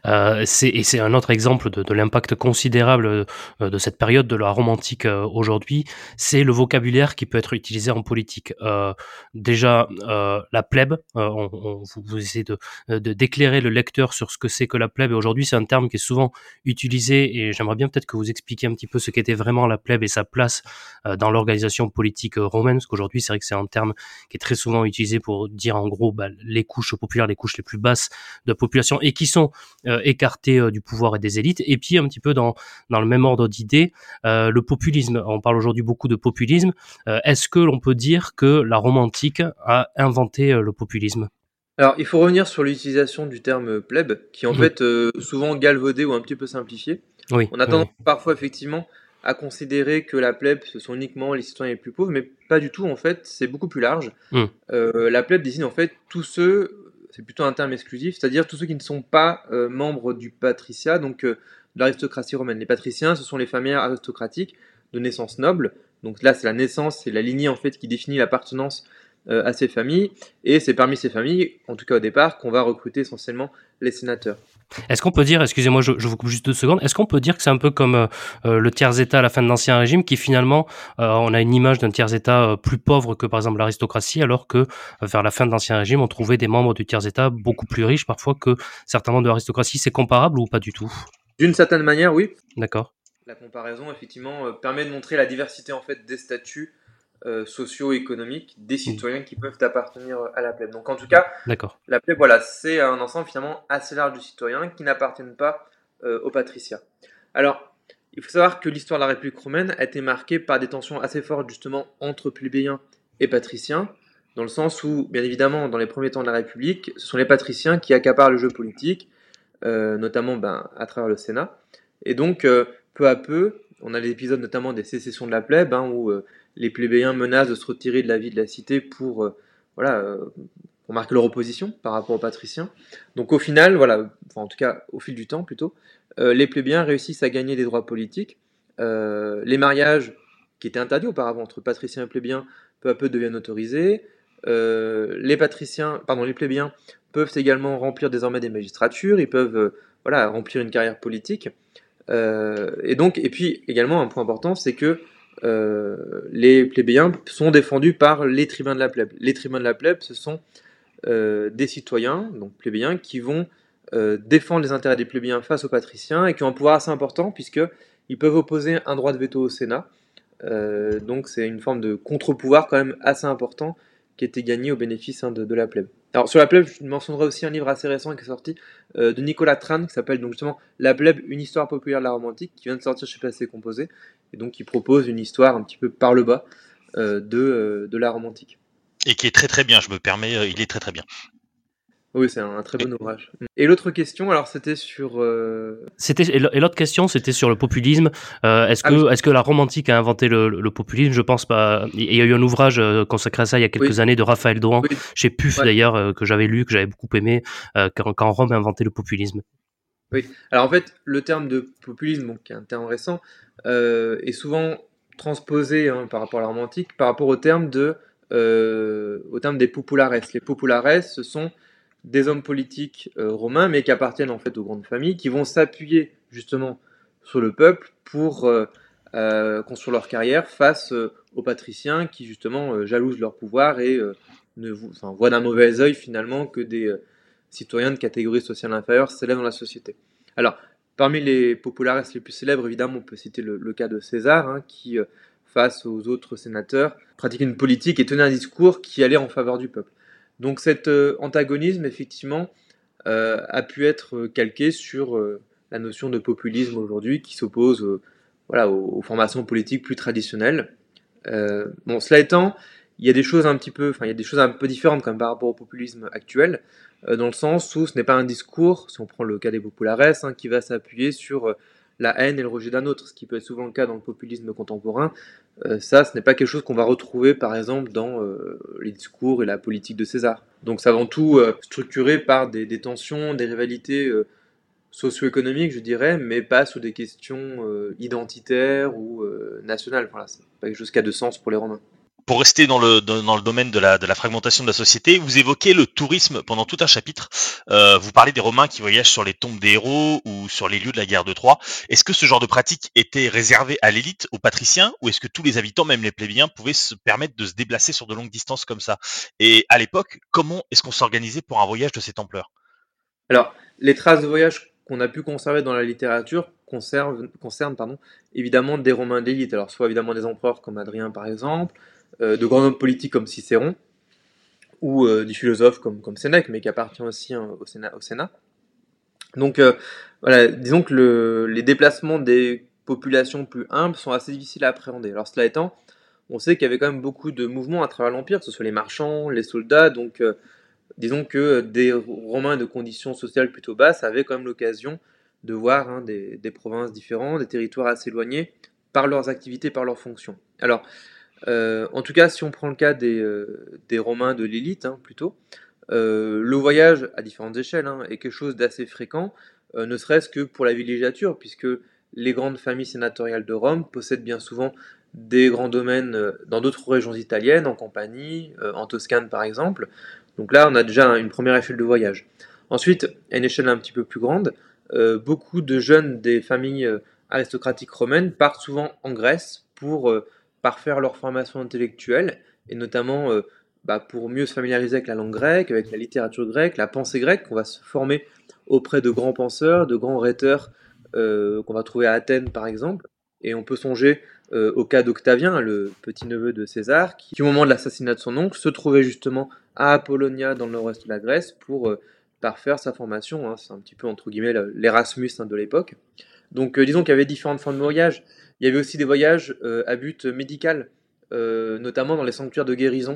c'est un autre exemple de l'impact considérable de cette période de la Rome antique aujourd'hui, c'est le vocabulaire qui peut être utilisé en politique. Déjà, la plèbe, vous essayez d'éclairer le lecteur sur ce que c'est que la plèbe, et aujourd'hui c'est un terme qui est souvent utilisé, et j'aimerais bien peut-être que vous expliquiez un petit peu ce qu'était vraiment la plèbe et sa place dans l'organisation politique romaine, parce qu'aujourd'hui c'est vrai que c'est un terme qui est très souvent utilisé pour dire en gros les couches populaires, les couches les plus basses de la population, et qui sont écartées du pouvoir et des élites. Et puis un petit peu dans le même ordre d'idées, le populisme. On parle aujourd'hui beaucoup de populisme. Est-ce que l'on peut dire que la Rome antique a inventé le populisme ? Alors, il faut revenir sur l'utilisation du terme plèbe, qui est en fait souvent galvaudé ou un petit peu simplifié. Oui, on a tendance parfois effectivement à considérer que la plèbe, ce sont uniquement les citoyens les plus pauvres, mais pas du tout, en fait, c'est beaucoup plus large. La plèbe désigne en fait tous ceux, c'est plutôt un terme exclusif, c'est-à-dire tous ceux qui ne sont pas membres du patriciat, donc de l'aristocratie romaine. Les patriciens, ce sont les familles aristocratiques de naissance noble. Donc là, c'est la naissance, c'est la lignée en fait qui définit l'appartenance à ces familles. Et c'est parmi ces familles, en tout cas au départ, qu'on va recruter essentiellement les sénateurs. Est-ce qu'on peut dire, excusez-moi, je vous coupe juste 2 secondes, est-ce qu'on peut dire que c'est un peu comme le tiers-état à la fin de l'Ancien Régime, qui finalement, on a une image d'un tiers-état plus pauvre que par exemple l'aristocratie, alors que vers la fin de l'Ancien Régime, on trouvait des membres du tiers-état beaucoup plus riches parfois que certains membres de l'aristocratie. C'est comparable ou pas du tout? D'une certaine manière, oui. D'accord. La comparaison, effectivement, permet de montrer la diversité en fait des statuts socio-économiques des citoyens qui peuvent appartenir à la plèbe. Donc en tout cas, D'accord. la plèbe, voilà, c'est un ensemble finalement assez large de citoyens qui n'appartiennent pas aux patriciats. Alors, il faut savoir que l'histoire de la République romaine a été marquée par des tensions assez fortes justement entre plébéiens et patriciens, dans le sens où, bien évidemment, dans les premiers temps de la République, ce sont les patriciens qui accaparent le jeu politique, notamment à travers le Sénat. Et donc, peu à peu, on a l'épisode notamment des sécessions de la plèbe, où les plébéiens menacent de se retirer de la vie de la cité pour marquer leur opposition par rapport aux patriciens. Donc au final, en tout cas au fil du temps plutôt, les plébéiens réussissent à gagner des droits politiques. Les mariages qui étaient interdits auparavant entre patriciens et plébéiens, peu à peu deviennent autorisés. Les plébéiens peuvent également remplir désormais des magistratures, ils peuvent remplir une carrière politique. Et puis également un point important, c'est que les plébéiens sont défendus par les tribuns de la plèbe. Les tribuns de la plèbe, ce sont des citoyens, donc plébéiens, qui vont défendre les intérêts des plébéiens face aux patriciens et qui ont un pouvoir assez important puisqu'ils peuvent opposer un droit de veto au Sénat. Donc c'est une forme de contre-pouvoir quand même assez important qui a été gagné au bénéfice de la plèbe. Alors sur la plèbe, je mentionnerai aussi un livre assez récent qui est sorti de Nicolas Trane qui s'appelle donc justement La plèbe, une histoire populaire de la Rome antique, qui vient de sortir chez Passé Composé, et donc qui propose une histoire un petit peu par le bas de la Rome antique. Et qui est très très bien, je me permets, il est très très bien. Oui, c'est un très bon ouvrage. Et l'autre question, alors c'était sur... Et l'autre question, c'était sur le populisme. Est-ce que la Rome antique a inventé le populisme? Je pense pas. Il y a eu un ouvrage consacré à ça il y a quelques années de Raphaël Dohan, chez PUF d'ailleurs, que j'avais lu, que j'avais beaucoup aimé, quand Rome a inventé le populisme. Oui, alors en fait, le terme de populisme, donc, qui est un terme récent, est souvent transposé par rapport à la Rome antique, par rapport au terme des populares. Les populares, ce sont des hommes politiques romains, mais qui appartiennent en fait aux grandes familles, qui vont s'appuyer justement sur le peuple pour construire leur carrière face aux patriciens qui justement jalousent leur pouvoir et voient d'un mauvais œil finalement que des citoyens de catégorie sociale inférieure s'élèvent dans la société. Alors, parmi les populares les plus célèbres, évidemment, on peut citer le cas de César, qui, face aux autres sénateurs, pratiquait une politique et tenait un discours qui allait en faveur du peuple. Donc cet antagonisme, effectivement, a pu être calqué sur la notion de populisme aujourd'hui, qui s'oppose aux formations politiques plus traditionnelles. Cela étant, il y a des choses un peu différentes quand même par rapport au populisme actuel, dans le sens où ce n'est pas un discours, si on prend le cas des populares, qui va s'appuyer sur la haine et le rejet d'un autre, ce qui peut être souvent le cas dans le populisme contemporain. Ça, ce n'est pas quelque chose qu'on va retrouver, par exemple, dans les discours et la politique de César. Donc c'est avant tout structuré par des tensions, des rivalités socio-économiques, je dirais, mais pas sur des questions identitaires ou nationales. Voilà, c'est pas quelque chose qui a de sens pour les Romains. Pour rester dans le domaine de la fragmentation de la société, vous évoquez le tourisme pendant tout un chapitre. Vous parlez des Romains qui voyagent sur les tombes des héros ou sur les lieux de la guerre de Troie. Est-ce que ce genre de pratique était réservé à l'élite, aux patriciens, ou est-ce que tous les habitants, même les plébéiens, pouvaient se permettre de se déplacer sur de longues distances comme ça? Et à l'époque, comment est-ce qu'on s'organisait pour un voyage de cette ampleur? Alors, les traces de voyage qu'on a pu conserver dans la littérature concernent évidemment des Romains d'élite. Alors, soit évidemment des empereurs comme Adrien par exemple, de grands hommes politiques comme Cicéron, ou des philosophes comme Sénèque, mais qui appartient aussi au Sénat. Donc, disons que les déplacements des populations plus humbles sont assez difficiles à appréhender. Alors, cela étant, on sait qu'il y avait quand même beaucoup de mouvements à travers l'Empire, que ce soit les marchands, les soldats, donc disons que des Romains de conditions sociales plutôt basses avaient quand même l'occasion de voir des provinces différentes, des territoires assez éloignés, par leurs activités, par leurs fonctions. Alors, en tout cas, si on prend le cas des Romains de l'élite, plutôt, Le voyage, à différentes échelles, hein, est quelque chose d'assez fréquent, ne serait-ce que pour la villégiature, puisque les grandes familles sénatoriales de Rome possèdent bien souvent des grands domaines dans d'autres régions italiennes, en Campanie, en Toscane par exemple. Donc là, on a déjà une première échelle de voyage. Ensuite, à une échelle un petit peu plus grande, beaucoup de jeunes des familles aristocratiques romaines partent souvent en Grèce pour parfaire leur formation intellectuelle, et notamment pour mieux se familiariser avec la langue grecque, avec la littérature grecque, la pensée grecque, qu'on va se former auprès de grands penseurs, de grands rhéteurs qu'on va trouver à Athènes par exemple. Et on peut songer au cas d'Octavien, le petit-neveu de César, qui au moment de l'assassinat de son oncle se trouvait justement à Apollonia dans le nord-ouest de la Grèce pour parfaire sa formation. Hein. C'est un petit peu entre guillemets l'Erasmus de l'époque. Donc disons qu'il y avait différentes formes de voyages. Il y avait aussi des voyages à but médical, notamment dans les sanctuaires de guérison,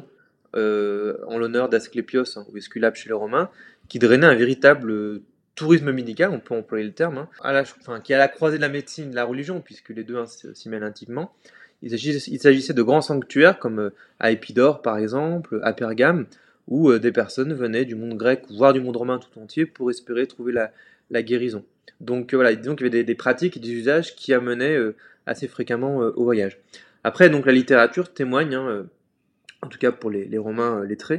en l'honneur d'Asclépios, hein, ou Esculape chez les Romains, qui drainait un véritable tourisme médical, on peut employer le terme, hein, qui est à la croisée de la médecine et de la religion, puisque les deux s'y mêlent intimement. Il s'agissait de grands sanctuaires comme à Épidore par exemple, à Pergame, où des personnes venaient du monde grec, voire du monde romain tout entier, pour espérer trouver la guérison. Donc voilà, disons qu'il y avait des pratiques et des usages qui amenaient assez fréquemment au voyage. Après, donc la littérature témoigne, hein, en tout cas pour les Romains lettrés,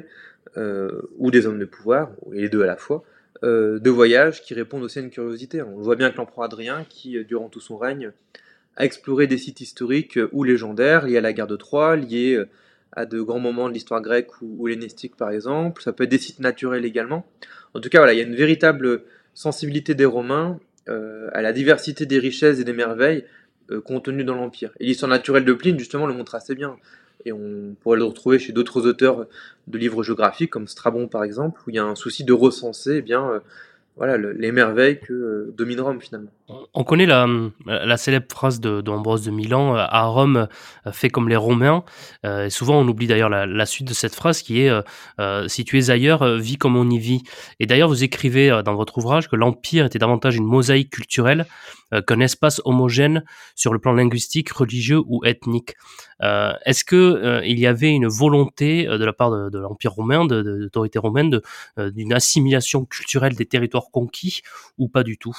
ou des hommes de pouvoir, et les deux à la fois, de voyages qui répondent aussi à une curiosité. On voit bien que l'empereur Adrien, qui durant tout son règne a exploré des sites historiques ou légendaires liés à la guerre de Troie, liés à de grands moments de l'histoire grecque ou hellénistique par exemple. Ça peut être des sites naturels également. En tout cas, voilà, il y a une véritable sensibilité des Romains à la diversité des richesses et des merveilles contenues dans l'Empire. Et l'histoire naturelle de Pline, justement, le montre assez bien. Et on pourrait le retrouver chez d'autres auteurs de livres géographiques, comme Strabon par exemple, où il y a un souci de recenser les merveilles que domine Rome finalement. On connaît la célèbre phrase d'Ambrose de Milan, à Rome, fais comme les Romains. Et souvent, on oublie d'ailleurs la suite de cette phrase qui est si tu es ailleurs, vis comme on y vit. Et d'ailleurs, vous écrivez dans votre ouvrage que l'Empire était davantage une mosaïque culturelle qu'un espace homogène sur le plan linguistique, religieux ou ethnique. Est-ce que il y avait une volonté de la part de l'Empire romain, de l'autorité romaine, d'une assimilation culturelle des territoires conquis ou pas du tout?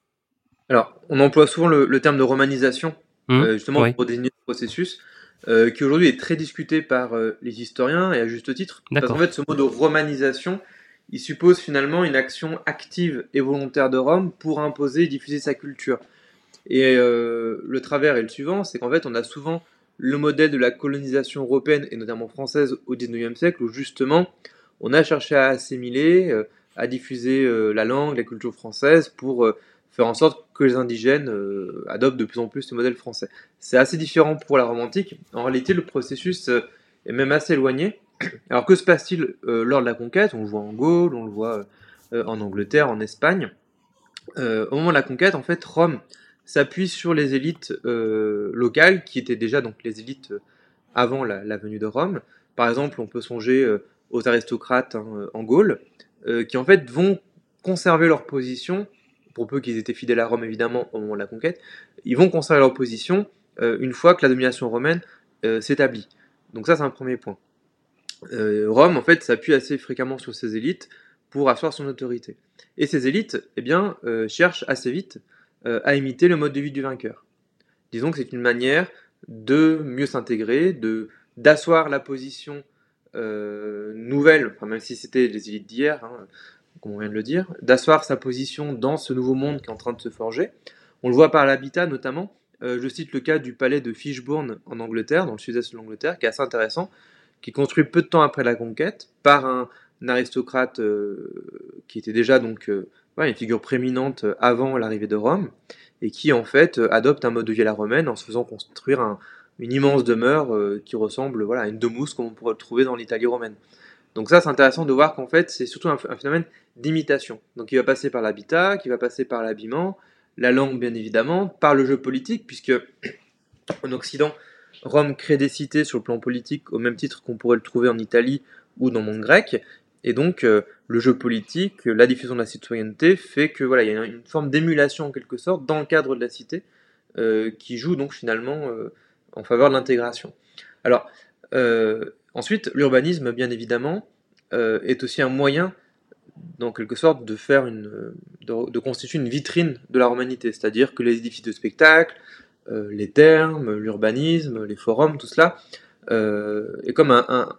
Alors, on emploie souvent le terme de romanisation, justement Oui, pour désigner ce processus, qui aujourd'hui est très discuté par les historiens, et à juste titre, parce qu'en d'accord. fait, ce mot de romanisation, il suppose finalement une action active et volontaire de Rome pour imposer et diffuser sa culture. Et le travers est le suivant, c'est qu'en fait, on a souvent le modèle de la colonisation européenne, et notamment française, au XIXe siècle, où justement, on a cherché à assimiler, à diffuser la langue, la culture française, pour faire en sorte que les indigènes adoptent de plus en plus ce modèle français. C'est assez différent pour la Rome antique. En réalité, le processus est même assez éloigné. Alors que se passe-t-il lors de la conquête? On le voit en Gaule, on le voit en Angleterre, en Espagne. Au moment de la conquête, en fait, Rome s'appuie sur les élites locales, qui étaient déjà donc les élites avant la venue de Rome. Par exemple, on peut songer aux aristocrates, hein, en Gaule, qui en fait vont conserver leur position, pour peu qu'ils étaient fidèles à Rome évidemment au moment de la conquête, ils vont conserver leur position une fois que la domination romaine s'établit. Donc ça c'est un premier point. Rome en fait s'appuie assez fréquemment sur ses élites pour asseoir son autorité. Et ces élites, eh bien, cherchent assez vite à imiter le mode de vie du vainqueur. Disons que c'est une manière de mieux s'intégrer, d'asseoir la position nouvelle, enfin, même si c'était les élites d'hier, hein, comme on vient de le dire, d'asseoir sa position dans ce nouveau monde qui est en train de se forger. On le voit par l'habitat notamment. Je cite le cas du palais de Fishbourne en Angleterre, dans le sud-est de l'Angleterre, qui est assez intéressant, qui est construit peu de temps après la conquête par un aristocrate qui était déjà donc une figure prééminente avant l'arrivée de Rome, et qui en fait adopte un mode de vie à la romaine en se faisant construire une immense demeure qui ressemble à une domus comme on pourrait le trouver dans l'Italie romaine. Donc ça c'est intéressant de voir qu'en fait c'est surtout un phénomène d'imitation. Donc il va passer par l'habitat, qui va passer par l'habillement, la langue bien évidemment, par le jeu politique, puisque en Occident, Rome crée des cités sur le plan politique au même titre qu'on pourrait le trouver en Italie ou dans le monde grec. Et donc, le jeu politique, la diffusion de la citoyenneté fait que il y a une forme d'émulation en quelque sorte dans le cadre de la cité qui joue donc finalement en faveur de l'intégration. Alors, ensuite, l'urbanisme, bien évidemment, est aussi un moyen, en quelque sorte, de constituer une vitrine de la romanité, c'est-à-dire que les édifices de spectacle, les thermes, l'urbanisme, les forums, tout cela est comme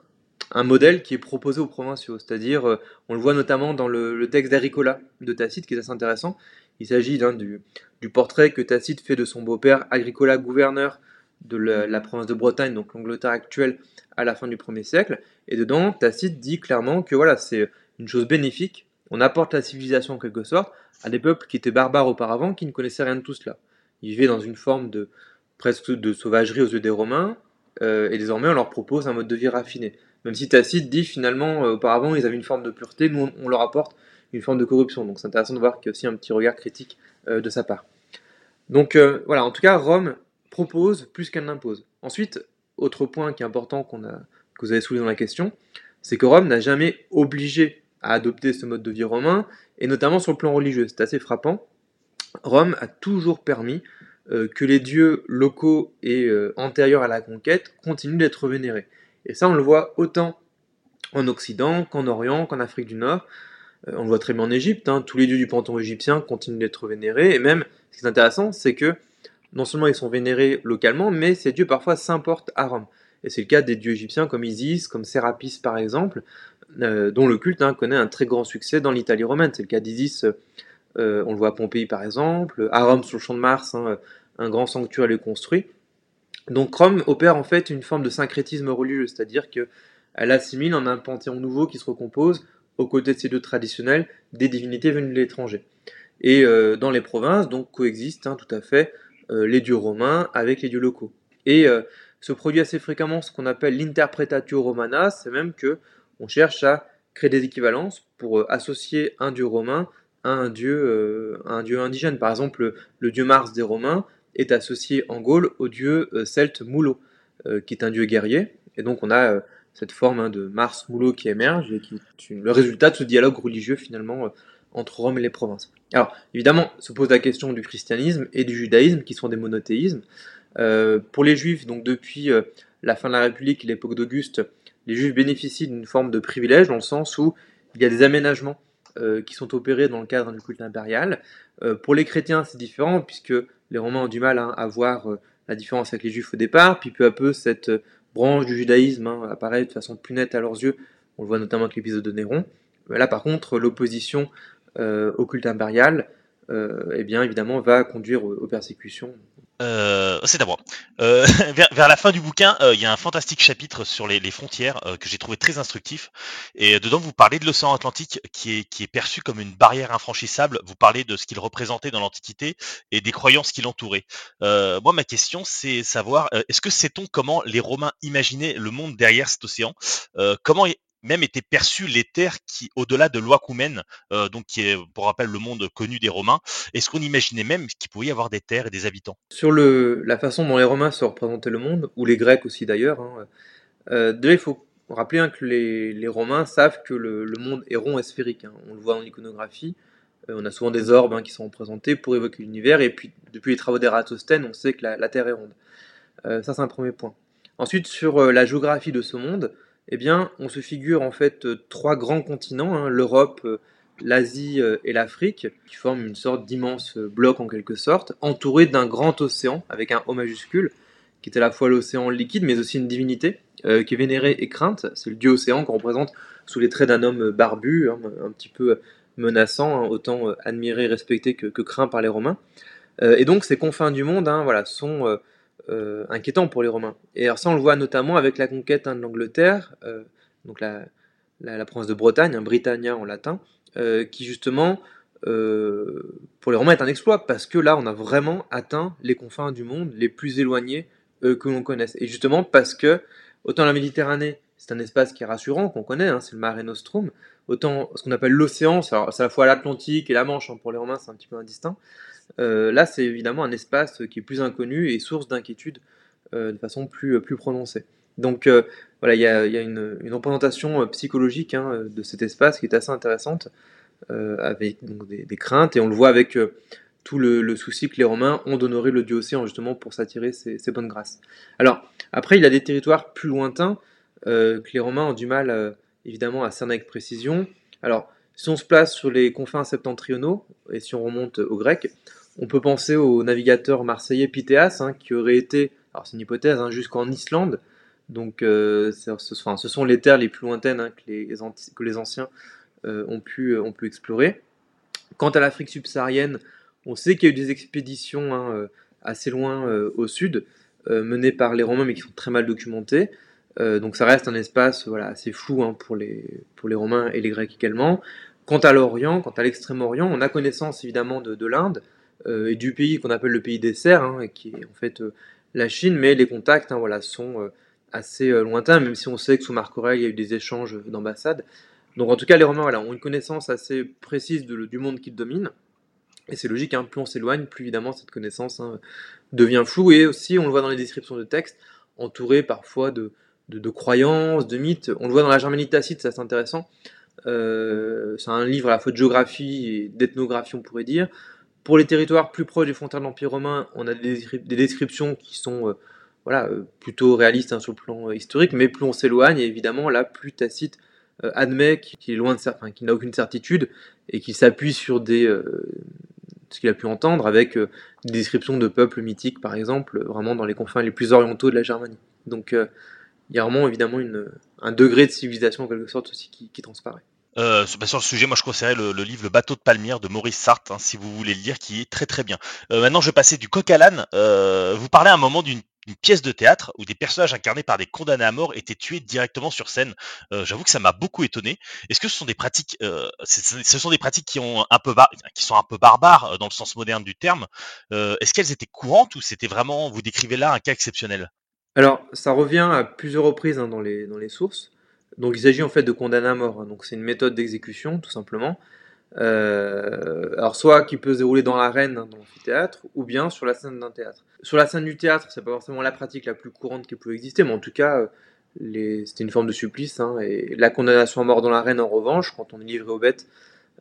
un modèle qui est proposé aux provinciaux, c'est-à-dire, on le voit notamment dans le texte d'Agricola de Tacite, qui est assez intéressant. Il s'agit du portrait que Tacite fait de son beau-père Agricola, gouverneur de la province de Bretagne, donc l'Angleterre actuelle, à la fin du 1er siècle. Et dedans, Tacite dit clairement que voilà, c'est une chose bénéfique. On apporte la civilisation en quelque sorte à des peuples qui étaient barbares auparavant, qui ne connaissaient rien de tout cela. Ils vivaient dans une forme presque de sauvagerie aux yeux des Romains, et désormais on leur propose un mode de vie raffiné. Même si Tacite dit finalement, auparavant ils avaient une forme de pureté, nous on leur apporte une forme de corruption. Donc c'est intéressant de voir qu'il y a aussi un petit regard critique de sa part. Donc voilà, en tout cas, Rome propose plus qu'elle n'impose. Ensuite, autre point qui est important que vous avez soulevé dans la question, c'est que Rome n'a jamais obligé à adopter ce mode de vie romain, et notamment sur le plan religieux. C'est assez frappant. Rome a toujours permis que les dieux locaux et antérieurs à la conquête continuent d'être vénérés. Et ça, on le voit autant en Occident qu'en Orient, qu'en Afrique du Nord. On le voit très bien en Égypte, tous les dieux du panthéon égyptien continuent d'être vénérés, et même, ce qui est intéressant, c'est que non seulement ils sont vénérés localement, mais ces dieux parfois s'importent à Rome. Et c'est le cas des dieux égyptiens comme Isis, comme Sérapis par exemple, dont le culte connaît un très grand succès dans l'Italie romaine. C'est le cas d'Isis, on le voit à Pompéi par exemple, à Rome sur le champ de Mars, un grand sanctuaire est construit. Donc Rome opère en fait une forme de syncrétisme religieux, c'est-à-dire qu'elle assimile en un panthéon nouveau qui se recompose, aux côtés de ces dieux traditionnels, des divinités venues de l'étranger. Et dans les provinces, donc coexistent tout à fait les dieux romains avec les dieux locaux. Et se produit assez fréquemment ce qu'on appelle l'interpretatio romana, c'est même que on cherche à créer des équivalences pour associer un dieu romain à un dieu indigène. Par exemple, le dieu Mars des Romains est associé en Gaule au dieu celte Moulo, qui est un dieu guerrier. Et donc on a cette forme de Mars Moulo qui émerge et qui est le résultat de ce dialogue religieux finalement entre Rome et les provinces. Alors évidemment se pose la question du christianisme et du judaïsme qui sont des monothéismes. Pour les juifs, donc depuis la fin de la République et l'époque d'Auguste, les juifs bénéficient d'une forme de privilège dans le sens où il y a des aménagements qui sont opérés dans le cadre du culte impérial. Pour les chrétiens, c'est différent puisque les Romains ont du mal à voir la différence avec les juifs au départ, puis peu à peu cette branche du judaïsme apparaît de façon plus nette à leurs yeux. On le voit notamment avec l'épisode de Néron. Là par contre, l'opposition au culte impérial, eh bien évidemment va conduire aux persécutions. C'est d'abord. Vers la fin du bouquin, il y a un fantastique chapitre sur les frontières que j'ai trouvé très instructif. Et dedans, vous parlez de l'océan Atlantique qui est perçu comme une barrière infranchissable. Vous parlez de ce qu'il représentait dans l'Antiquité et des croyances qui l'entouraient. Moi, ma question, c'est savoir, est-ce que sait-on comment les Romains imaginaient le monde derrière cet océan? Comment même étaient perçues les terres qui, au-delà de l'Oacoumène, donc qui est, pour rappel, le monde connu des Romains, est-ce qu'on imaginait même qu'il pouvait y avoir des terres et des habitants? Sur la façon dont les Romains se représentaient le monde, ou les Grecs aussi d'ailleurs, déjà il faut rappeler que les Romains savent que le monde est rond et sphérique. On le voit en iconographie, on a souvent des orbes qui sont représentés pour évoquer l'univers, et puis depuis les travaux d'Ératosthène, on sait que la Terre est ronde. Ça c'est un premier point. Ensuite, sur la géographie de ce monde, eh bien, on se figure en fait trois grands continents, l'Europe, l'Asie et l'Afrique, qui forment une sorte d'immense bloc en quelque sorte, entouré d'un grand océan avec un O majuscule, qui est à la fois l'océan liquide mais aussi une divinité qui est vénérée et crainte. C'est le dieu océan qu'on représente sous les traits d'un homme barbu, un petit peu menaçant, autant admiré et respecté que craint par les Romains. Et donc ces confins du monde sont inquiétants pour les Romains. Et alors ça on le voit notamment avec la conquête de l'Angleterre, donc la province de Bretagne, Britannia en latin, qui justement pour les Romains est un exploit parce que là on a vraiment atteint les confins du monde les plus éloignés que l'on connaisse. Et justement parce que autant la Méditerranée c'est un espace qui est rassurant, qu'on connaît, c'est le Mare Nostrum, autant ce qu'on appelle l'océan, c'est à la fois l'Atlantique et la Manche, pour les Romains c'est un petit peu indistinct. Là c'est évidemment un espace qui est plus inconnu et source d'inquiétude de façon plus prononcée. Donc voilà, il y a une représentation psychologique de cet espace qui est assez intéressante, avec donc, des craintes, et on le voit avec tout le souci que les Romains ont d'honorer le dieu océan justement pour s'attirer ses bonnes grâces. Alors après il y a des territoires plus lointains que les Romains ont du mal évidemment à cerner avec précision. Alors, si on se place sur les confins septentrionaux, et si on remonte aux Grecs, on peut penser au navigateur marseillais Pythéas, qui aurait été, alors c'est une hypothèse, jusqu'en Islande. Donc, ce sont les terres les plus lointaines que les anciens ont pu explorer. Quant à l'Afrique subsaharienne, on sait qu'il y a eu des expéditions assez loin au sud, menées par les Romains, mais qui sont très mal documentées. Donc ça reste un espace assez flou pour les Romains et les Grecs également. Quant à l'Orient, quant à l'Extrême-Orient, on a connaissance évidemment de l'Inde et du pays qu'on appelle le pays des cerfs, qui est en fait la Chine, mais les contacts sont assez lointains, même si on sait que sous Marc Aurèle, il y a eu des échanges d'ambassades. Donc en tout cas, les Romains ont une connaissance assez précise du monde qu'ils dominent. Et c'est logique, plus on s'éloigne, plus évidemment cette connaissance devient floue. Et aussi, on le voit dans les descriptions de textes, entouré parfois de croyances, de mythes. On le voit dans la Germanie tacite, ça c'est intéressant. C'est un livre à la fois de géographie et d'ethnographie, on pourrait dire. Pour les territoires plus proches des frontières de l'Empire romain, on a des descriptions qui sont plutôt réalistes sur le plan historique, mais plus on s'éloigne, et évidemment, là, plus Tacite admet qu'il est loin de qu'il n'a aucune certitude et qu'il s'appuie sur ce qu'il a pu entendre avec des descriptions de peuples mythiques, par exemple, vraiment dans les confins les plus orientaux de la Germanie. Donc, il y a vraiment évidemment un degré de civilisation en quelque sorte aussi qui transparaît. Sur le sujet, moi je conseillerais le livre Le bateau de Palmyre de Maurice Sartre, si vous voulez le lire, qui est très très bien. Maintenant, je vais passer du coq à l'âne. Vous parlez à un moment d'une pièce de théâtre où des personnages incarnés par des condamnés à mort étaient tués directement sur scène. J'avoue que ça m'a beaucoup étonné. Est-ce que ce sont des pratiques, ce sont des pratiques qui sont un peu barbares dans le sens moderne du terme. Est-ce qu'elles étaient courantes ou c'était vraiment, vous décrivez là un cas exceptionnel? Alors, ça revient à plusieurs reprises dans les sources. Donc, il s'agit en fait de condamnés à mort. Donc, c'est une méthode d'exécution, tout simplement. Alors, soit qui peut se dérouler dans l'arène, dans l'amphithéâtre, ou bien sur la scène d'un théâtre. Sur la scène du théâtre, c'est pas forcément la pratique la plus courante qui peut exister, mais en tout cas, c'était une forme de supplice. Et la condamnation à mort dans l'arène, en revanche, quand on est livré aux bêtes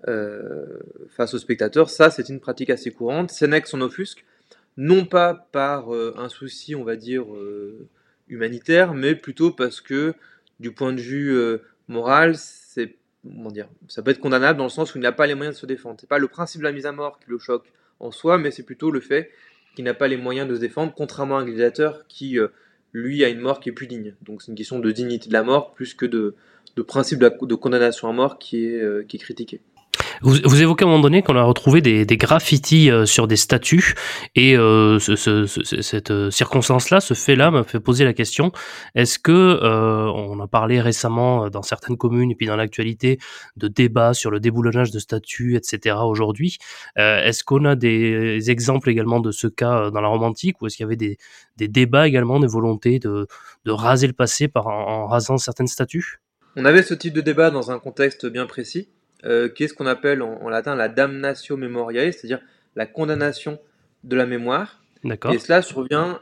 face aux spectateurs, ça, c'est une pratique assez courante. Sénèque s'en offusque, non pas par un souci, on va dire, humanitaire, mais plutôt parce que, du point de vue moral, ça peut être condamnable dans le sens où il n'a pas les moyens de se défendre. C'est pas le principe de la mise à mort qui le choque en soi, mais c'est plutôt le fait qu'il n'a pas les moyens de se défendre, contrairement à un gladiateur qui, lui, a une mort qui est plus digne. Donc c'est une question de dignité de la mort plus que de principe de condamnation à mort qui est critiqué. Vous évoquez à un moment donné qu'on a retrouvé des graffitis sur des statues et cette circonstance-là, ce fait-là m'a fait poser la question, est-ce que on a parlé récemment dans certaines communes et puis dans l'actualité de débats sur le déboulonnage de statues, etc. aujourd'hui, est-ce qu'on a des exemples également de ce cas dans la Rome antique ou est-ce qu'il y avait des débats également, des volontés de raser le passé en rasant certaines statues? On avait ce type de débat dans un contexte bien précis, qui est ce qu'on appelle en latin la damnatio memoriae, c'est-à-dire la condamnation de la mémoire. D'accord. Et cela survient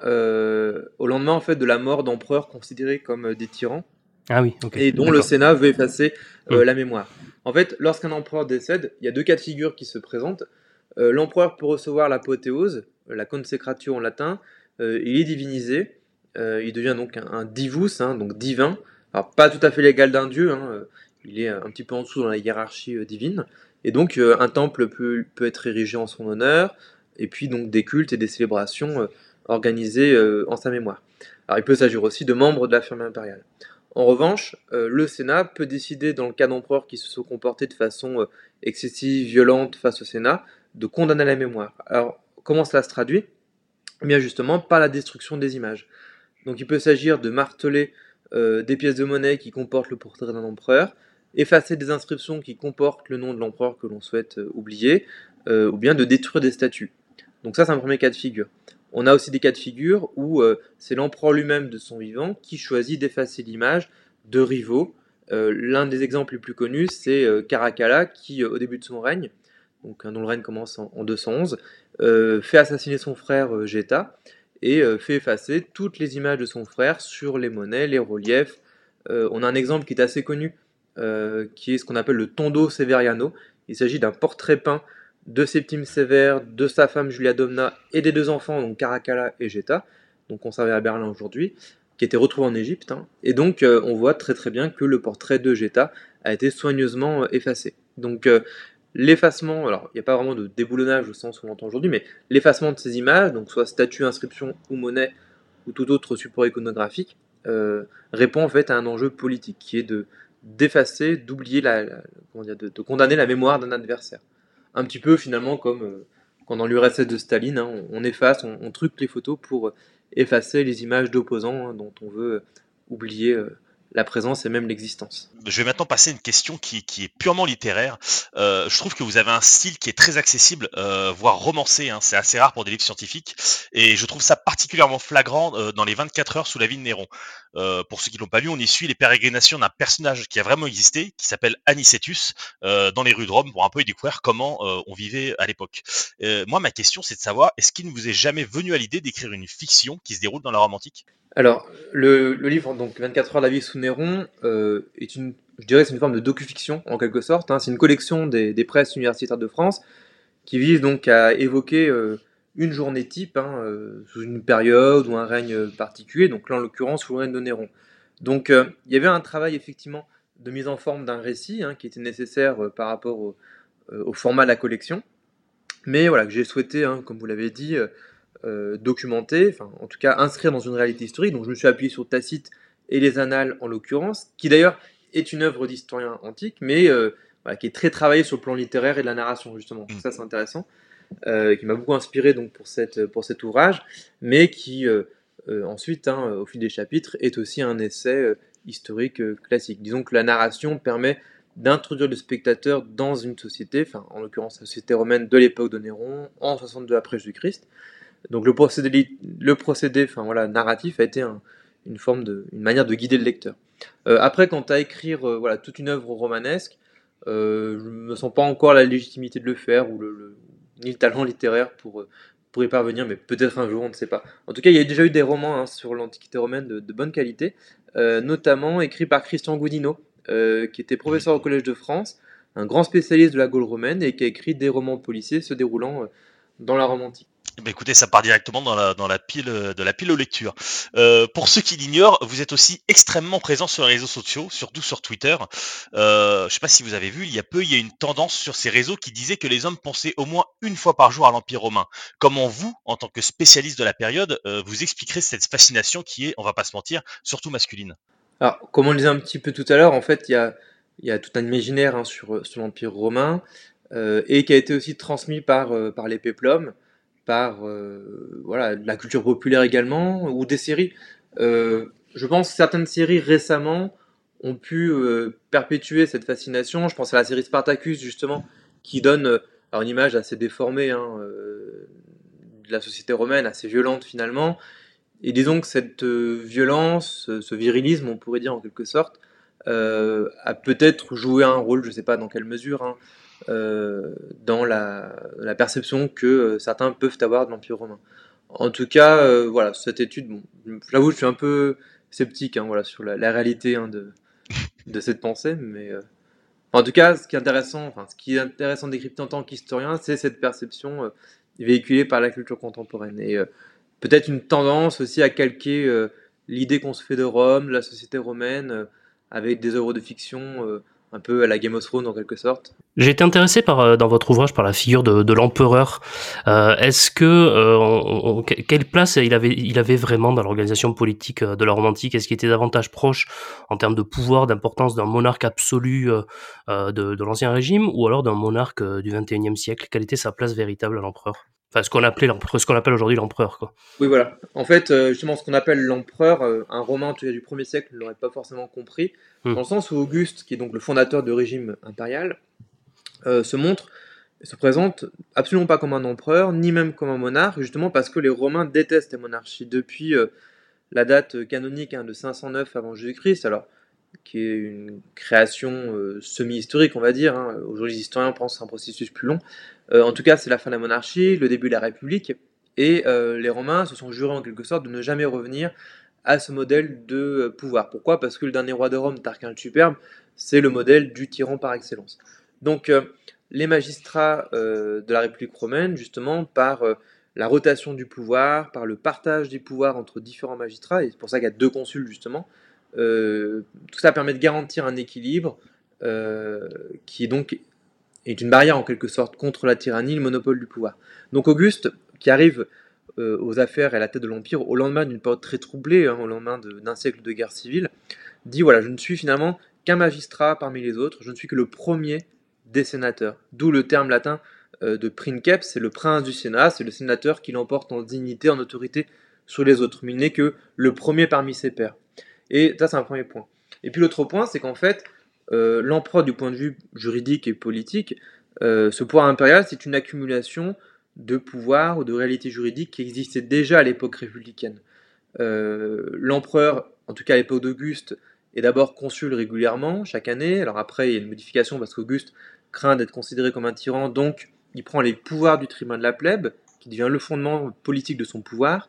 au lendemain en fait de la mort d'empereurs considérés comme des tyrans. Ah oui, ok. Et dont le Sénat veut effacer la mémoire. En fait, lorsqu'un empereur décède, il y a deux cas de figure qui se présentent. L'empereur peut recevoir l'apothéose, la consecratio en latin, il est divinisé, il devient donc un divus, donc divin. Alors pas tout à fait l'égal d'un dieu, il est un petit peu en dessous dans la hiérarchie divine. Et donc un temple peut être érigé en son honneur, et puis donc des cultes et des célébrations organisées en sa mémoire. Alors il peut s'agir aussi de membres de la famille impériale. En revanche, le Sénat peut décider, dans le cas d'empereurs qui se sont comportés de façon excessive, violente face au Sénat, de condamner la mémoire. Alors, comment cela se traduit ? Eh bien justement, par la destruction des images. Donc il peut s'agir de marteler des pièces de monnaie qui comportent le portrait d'un empereur, effacer des inscriptions qui comportent le nom de l'empereur que l'on souhaite oublier, ou bien de détruire des statues. Donc ça, c'est un premier cas de figure. On a aussi des cas de figure où c'est l'empereur lui-même de son vivant qui choisit d'effacer l'image de rivaux. L'un des exemples les plus connus, c'est Caracalla qui, au début de son règne, donc, dont le règne commence en 211, fait assassiner son frère Geta et fait effacer toutes les images de son frère sur les monnaies, les reliefs. On a un exemple qui est assez connu, qui est ce qu'on appelle le Tondo Severiano. Il s'agit d'un portrait peint de Septime Sévère, de sa femme Julia Domna et des deux enfants, donc Caracalla et Geta, donc conservés à Berlin aujourd'hui. qui a été retrouvé en Égypte, hein. Et donc on voit très très bien que le portrait de Geta a été soigneusement effacé. Donc l'effacement, alors il n'y a pas vraiment de déboulonnage au sens où on l'entend aujourd'hui, mais l'effacement de ces images, donc soit statue, inscription ou monnaie ou tout autre support iconographique, répond en fait à un enjeu politique qui est d'effacer, d'oublier comment dire, de condamner la mémoire d'un adversaire. Un petit peu finalement comme quand dans l'URSS de Staline, hein, on efface, on truque les photos pour effacer les images d'opposants, hein, dont on veut oublier la présence et même l'existence. Je vais maintenant passer à une question qui est purement littéraire. Je trouve que vous avez un style qui est très accessible, voire romancé, hein. C'est assez rare pour des livres scientifiques. Et je trouve ça particulièrement flagrant dans les 24 heures sous la vie de Néron. Pour ceux qui l'ont pas lu, on y suit les pérégrinations d'un personnage qui a vraiment existé, qui s'appelle Anicetus, dans les rues de Rome, pour un peu y découvrir comment on vivait à l'époque. Moi, ma question, c'est de savoir, est-ce qu'il ne vous est jamais venu à l'idée d'écrire une fiction qui se déroule dans la Rome antique ? Alors, le livre, donc 24 heures de la vie sous Néron, je dirais, c'est une forme de docu-fiction, en quelque sorte, hein. C'est une collection des presses universitaires de France, qui vise donc à évoquer une journée type, hein, sous une période ou un règne particulier, donc là en l'occurrence sous le règne de Néron. Donc il y avait un travail effectivement de mise en forme d'un récit, hein, qui était nécessaire par rapport au format de la collection, mais voilà, que j'ai souhaité, hein, comme vous l'avez dit, documenter, enfin en tout cas inscrire dans une réalité historique. Donc je me suis appuyé sur Tacite et les Annales en l'occurrence, qui d'ailleurs est une œuvre d'historien antique, mais voilà, qui est très travaillée sur le plan littéraire et de la narration justement. Ça c'est intéressant, qui m'a beaucoup inspiré donc pour cet ouvrage, mais qui ensuite, hein, au fil des chapitres, est aussi un essai historique classique. Disons que la narration permet d'introduire le spectateur dans une société, enfin en l'occurrence la société romaine de l'époque de Néron, en 62 après Jésus-Christ. Donc le procédé enfin, voilà, narratif a été une manière de guider le lecteur. Après, quant à écrire voilà, toute une œuvre romanesque, je ne me sens pas encore la légitimité de le faire, ou ni le talent littéraire pour y parvenir, mais peut-être un jour, on ne sait pas. En tout cas, il y a déjà eu des romans, hein, sur l'Antiquité romaine de bonne qualité, notamment écrits par Christian Goudinot, qui était professeur au Collège de France, un grand spécialiste de la Gaule romaine, et qui a écrit des romans policiers se déroulant dans la Rome antique. Bah écoutez, ça part directement dans la pile de la pile aux lectures. Pour ceux qui l'ignorent, vous êtes aussi extrêmement présent sur les réseaux sociaux, surtout sur Twitter. Je sais pas si vous avez vu, il y a une tendance sur ces réseaux qui disait que les hommes pensaient au moins une fois par jour à l'Empire romain. Comment vous, en tant que spécialiste de la période, vous expliquerez cette fascination qui est, on va pas se mentir, surtout masculine? Alors, comme on le disait un petit peu tout à l'heure, en fait, il y a tout un imaginaire, hein, sur l'Empire romain, et qui a été aussi transmis par les péplums, par voilà, de la culture populaire également, ou des séries. Je pense que certaines séries récemment ont pu perpétuer cette fascination. Je pense à la série Spartacus, justement, qui donne alors une image assez déformée, hein, de la société romaine, assez violente finalement. Et disons que cette violence, ce virilisme, on pourrait dire en quelque sorte, a peut-être joué un rôle, je ne sais pas dans quelle mesure, hein, dans la perception que certains peuvent avoir de l'Empire romain. En tout cas, voilà, cette étude, bon, j'avoue, je suis un peu sceptique, hein, voilà, sur la réalité, hein, de cette pensée, mais en tout cas, ce qui est intéressant de décrypter en tant qu'historien, c'est cette perception véhiculée par la culture contemporaine. Et peut-être une tendance aussi à calquer l'idée qu'on se fait de Rome, de la société romaine, avec des œuvres de fiction un peu à la Game of Thrones en quelque sorte. J'ai été intéressé dans votre ouvrage par la figure de l'empereur. Est-ce que quelle place il avait vraiment dans l'organisation politique de la Rome antique? Est-ce qu'il était davantage proche en termes de pouvoir, d'importance d'un monarque absolu de l'Ancien Régime, ou alors d'un monarque du XXIe siècle? Quelle était sa place véritable à l'empereur? Enfin, ce qu'on appelle aujourd'hui l'empereur, quoi. Oui, voilà. En fait, justement, ce qu'on appelle l'empereur, un Romain en tout cas, du 1er siècle ne l'aurait pas forcément compris, dans le sens où Auguste, qui est donc le fondateur du régime impérial, se présente absolument pas comme un empereur, ni même comme un monarque, justement parce que les Romains détestent les monarchies depuis la date canonique, hein, de 509 avant Jésus-Christ, alors qui est une création semi-historique, on va dire, hein. Aujourd'hui, les historiens pensent à un processus plus long. En tout cas, c'est la fin de la monarchie, le début de la République, et les Romains se sont jurés en quelque sorte de ne jamais revenir à ce modèle de pouvoir. Pourquoi ? Parce que le dernier roi de Rome, Tarquin le Superbe, c'est le modèle du tyran par excellence. Donc les magistrats de la République romaine, justement, par la rotation du pouvoir, par le partage des pouvoirs entre différents magistrats, et c'est pour ça qu'il y a 2 consuls justement. Tout ça permet de garantir un équilibre qui est une barrière en quelque sorte contre la tyrannie, le monopole du pouvoir. Donc Auguste, qui arrive aux affaires et à la tête de l'Empire au lendemain d'une période très troublée, au lendemain d'un siècle de guerre civile, dit voilà, je ne suis finalement qu'un magistrat parmi les autres, je ne suis que le premier des sénateurs. D'où le terme latin de princeps, c'est le prince du Sénat, c'est le sénateur qui l'emporte en dignité, en autorité sur les autres, mais il n'est que le premier parmi ses pairs. Et ça, c'est un premier point. Et puis l'autre point, c'est qu'en fait, l'empereur, du point de vue juridique et politique, ce pouvoir impérial, c'est une accumulation de pouvoirs ou de réalités juridiques qui existaient déjà à l'époque républicaine. L'empereur, en tout cas à l'époque d'Auguste, est d'abord consul régulièrement, chaque année. Alors après, il y a une modification parce qu'Auguste craint d'être considéré comme un tyran, donc il prend les pouvoirs du tribun de la plèbe, qui devient le fondement politique de son pouvoir.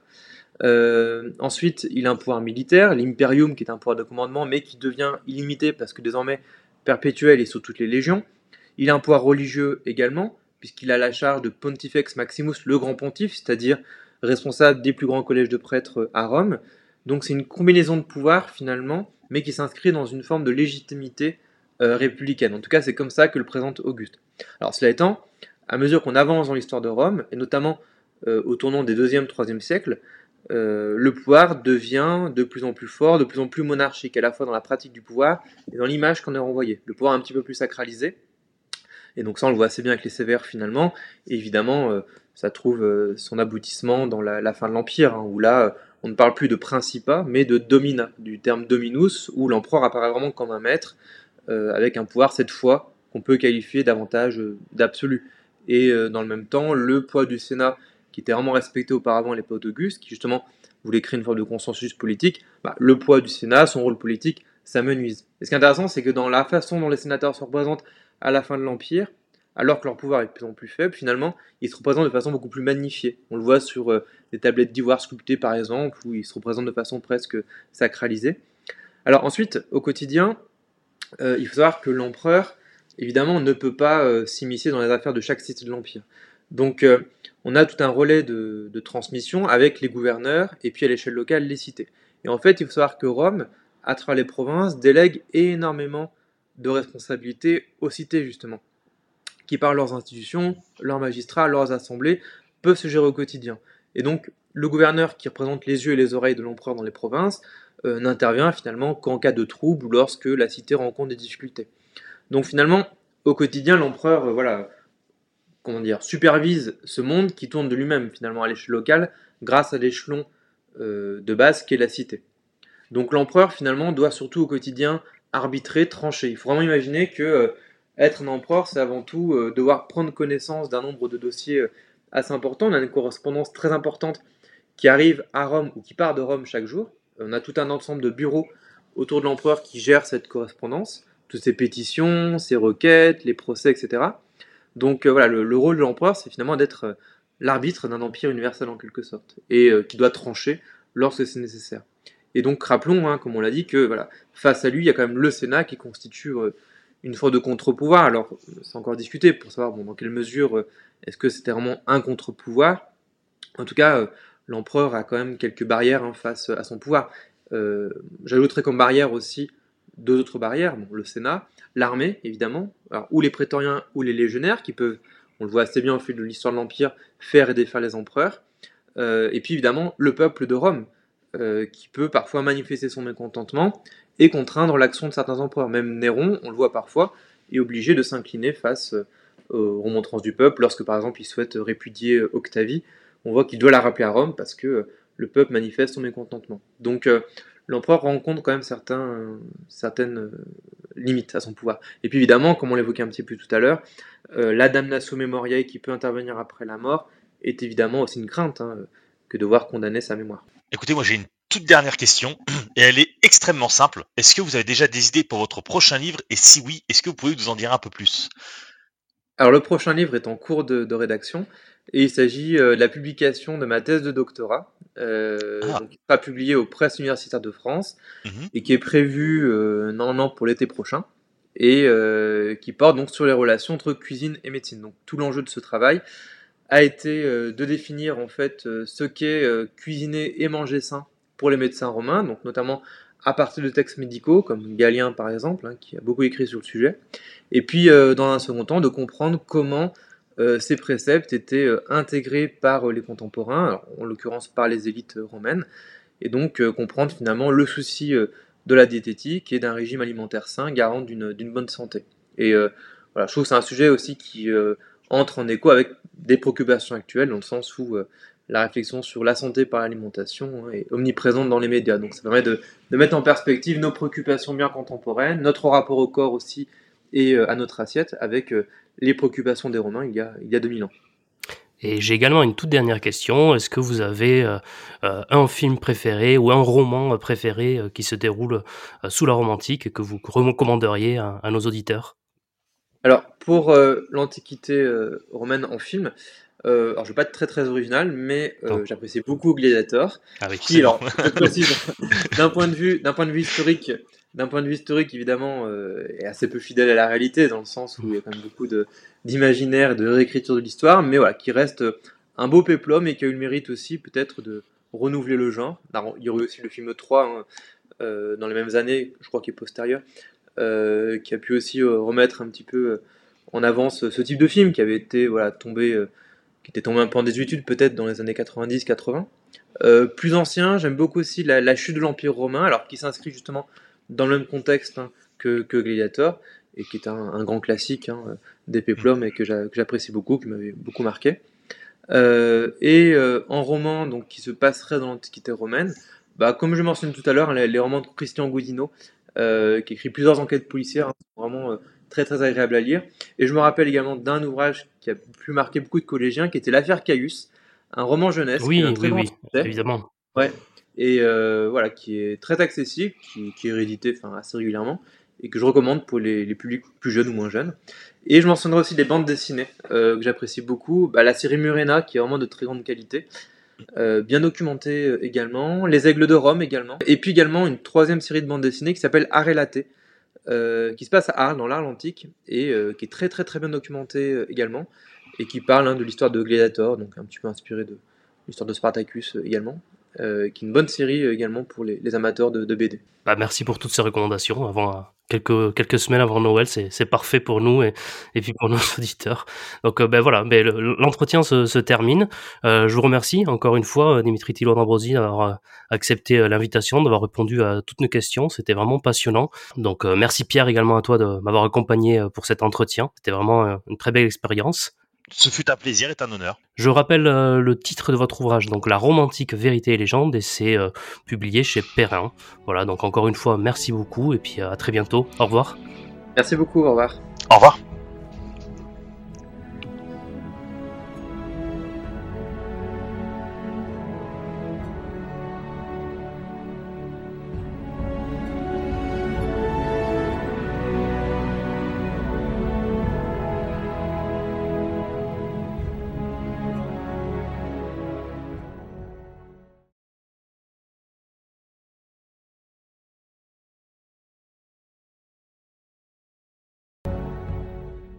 Ensuite, il a un pouvoir militaire, l'imperium, qui est un pouvoir de commandement, mais qui devient illimité parce que désormais perpétuel et sur toutes les légions. Il a un pouvoir religieux également, puisqu'il a la charge de Pontifex Maximus, le grand pontife, c'est-à-dire responsable des plus grands collèges de prêtres à Rome. Donc c'est une combinaison de pouvoirs finalement, mais qui s'inscrit dans une forme de légitimité républicaine. En tout cas, c'est comme ça que le présente Auguste. Alors cela étant, à mesure qu'on avance dans l'histoire de Rome, et notamment au tournant des 2e, 3e siècles, le pouvoir devient de plus en plus fort, de plus en plus monarchique, à la fois dans la pratique du pouvoir et dans l'image qu'on est renvoyée. Le pouvoir est un petit peu plus sacralisé, et donc ça on le voit assez bien avec les Sévères finalement, et évidemment ça trouve son aboutissement dans la fin de l'Empire, où là on ne parle plus de principat, mais de domina, du terme dominus, où l'empereur apparaît vraiment comme un maître, avec un pouvoir cette fois qu'on peut qualifier davantage d'absolu. Et dans le même temps, le poids du Sénat, qui était vraiment respecté auparavant à l'époque d'Auguste, qui justement voulait créer une forme de consensus politique, le poids du Sénat, son rôle politique, ça menuise. Et ce qui est intéressant, c'est que dans la façon dont les sénateurs se représentent à la fin de l'Empire, alors que leur pouvoir est de plus en plus faible, finalement, ils se représentent de façon beaucoup plus magnifiée. On le voit sur des tablettes d'ivoire sculptées, par exemple, où ils se représentent de façon presque sacralisée. Alors ensuite, au quotidien, il faut savoir que l'empereur, évidemment, ne peut pas s'immiscer dans les affaires de chaque cité de l'Empire. Donc, on a tout un relais de transmission avec les gouverneurs et puis à l'échelle locale, les cités. Et en fait, il faut savoir que Rome, à travers les provinces, délègue énormément de responsabilités aux cités, justement, qui par leurs institutions, leurs magistrats, leurs assemblées, peuvent se gérer au quotidien. Et donc, le gouverneur qui représente les yeux et les oreilles de l'empereur dans les provinces n'intervient finalement qu'en cas de trouble ou lorsque la cité rencontre des difficultés. Donc finalement, au quotidien, l'empereur supervise ce monde qui tourne de lui-même finalement à l'échelle locale grâce à l'échelon de base qu'est la cité. Donc l'empereur finalement doit surtout au quotidien arbitrer, trancher. Il faut vraiment imaginer que être un empereur, c'est avant tout devoir prendre connaissance d'un nombre de dossiers assez importants. On a une correspondance très importante qui arrive à Rome ou qui part de Rome chaque jour. On a tout un ensemble de bureaux autour de l'empereur qui gèrent cette correspondance, toutes ces pétitions, ces requêtes, les procès, etc. Donc voilà, le rôle de l'empereur, c'est finalement d'être l'arbitre d'un empire universel en quelque sorte, et qui doit trancher lorsque c'est nécessaire. Et donc rappelons, comme on l'a dit, que voilà, face à lui, il y a quand même le Sénat qui constitue une forme de contre-pouvoir. Alors c'est encore discuté pour savoir dans quelle mesure est-ce que c'était vraiment un contre-pouvoir. En tout cas, l'empereur a quand même quelques barrières face à son pouvoir. J'ajouterais comme barrière aussi 2 autres barrières, le Sénat, l'armée évidemment, alors, ou les prétoriens ou les légionnaires qui peuvent, on le voit assez bien au fil de l'histoire de l'Empire, faire et défaire les empereurs, et puis évidemment le peuple de Rome, qui peut parfois manifester son mécontentement et contraindre l'action de certains empereurs. Même Néron, on le voit parfois, est obligé de s'incliner face aux remontrances du peuple lorsque par exemple il souhaite répudier Octavie. On voit qu'il doit la rappeler à Rome parce que le peuple manifeste son mécontentement. Donc l'empereur rencontre quand même certaines limites à son pouvoir. Et puis évidemment, comme on l'évoquait un petit peu tout à l'heure, la damnatio memoriae qui peut intervenir après la mort est évidemment aussi une crainte que de voir condamner sa mémoire. Écoutez, moi j'ai une toute dernière question, et elle est extrêmement simple. Est-ce que vous avez déjà des idées pour votre prochain livre, et si oui, est-ce que vous pouvez nous en dire un peu plus ? Alors le prochain livre est en cours de rédaction, et il s'agit de la publication de ma thèse de doctorat, donc, qui sera publiée aux Presses universitaires de France, et qui est prévue normalement pour l'été prochain, et qui porte donc sur les relations entre cuisine et médecine. Donc tout l'enjeu de ce travail, a été de définir en fait ce qu'est cuisiner et manger sain pour les médecins romains, donc notamment à partir de textes médicaux, comme Galien par exemple, hein, qui a beaucoup écrit sur le sujet, et puis dans un second temps de comprendre comment ces préceptes étaient intégrés par les contemporains, alors, en l'occurrence par les élites romaines, et donc comprendre finalement le souci de la diététique et d'un régime alimentaire sain garant d'une bonne santé. Et voilà, je trouve que c'est un sujet aussi qui entre en écho avec des préoccupations actuelles, dans le sens où la réflexion sur la santé par l'alimentation est omniprésente dans les médias. Donc ça permet de mettre en perspective nos préoccupations bien contemporaines, notre rapport au corps aussi et à notre assiette, avec les préoccupations des Romains il y a 2000 ans. Et j'ai également une toute dernière question. Est-ce que vous avez un film préféré ou un roman préféré qui se déroule sous la Rome antique et que vous recommanderiez à nos auditeurs? Alors, pour l'Antiquité romaine en film, alors je vais pas être très très original, mais j'apprécie beaucoup Gladiator, Ah oui, qui, alors, je précise, d'un point de vue historique, évidemment, est assez peu fidèle à la réalité, dans le sens où il y a quand même beaucoup d'imaginaire et de réécriture de l'histoire, mais voilà, qui reste un beau péplum et qui a eu le mérite aussi peut-être de renouveler le genre. Alors, il y aurait aussi le film 3 hein, dans les mêmes années, je crois qu'il est postérieur, qui a pu aussi remettre un petit peu en avance ce type de film qui avait été qui était tombé un peu en désuétude peut-être dans les années 90-80. Plus ancien, j'aime beaucoup aussi la chute de l'Empire romain, alors qui s'inscrit justement dans le même contexte hein, que Gladiator, et qui est un grand classique hein, des péplums et que j'apprécie beaucoup, qui m'avait beaucoup marqué. En roman donc, qui se passerait dans l'Antiquité romaine, bah, comme je mentionne tout à l'heure, les romans de Christian Gudino, qui écrit plusieurs enquêtes policières, hein, vraiment très très agréable à lire. Et je me rappelle également d'un ouvrage qui a pu marquer beaucoup de collégiens, qui était L'affaire Caius, un roman jeunesse qui a un très grand succès. Évidemment. Ouais. Et voilà, qui est très accessible, qui est réédité assez régulièrement, et que je recommande pour les publics plus jeunes ou moins jeunes. Et je mentionnerai aussi les bandes dessinées que j'apprécie beaucoup. Bah, la série Murena, qui est vraiment de très grande qualité. Bien documentée également. Les Aigles de Rome également. Et puis également une troisième série de bandes dessinées qui s'appelle Arrêlaté, qui se passe à Arles, dans l'Arles antique, et qui est très très très bien documentée également, et qui parle hein, de l'histoire de Gladiator, donc un petit peu inspiré de l'histoire de Spartacus également. Qui est une bonne série également pour les amateurs de BD. Bah, merci pour toutes ces recommandations. Avant quelques semaines avant Noël, c'est parfait pour nous et puis pour nos auditeurs. Donc voilà, l'entretien se termine. Je vous remercie encore une fois, Dimitri Tilo-Ambrosi, d'avoir accepté l'invitation, d'avoir répondu à toutes nos questions. C'était vraiment passionnant. Donc merci Pierre également à toi de m'avoir accompagné pour cet entretien. C'était vraiment une très belle expérience. Ce fut un plaisir et un honneur. Je rappelle le titre de votre ouvrage, donc La Rome antique, vérité et légende, et c'est publié chez Perrin. Voilà, donc encore une fois, merci beaucoup, et puis à très bientôt. Au revoir. Merci beaucoup, au revoir. Au revoir.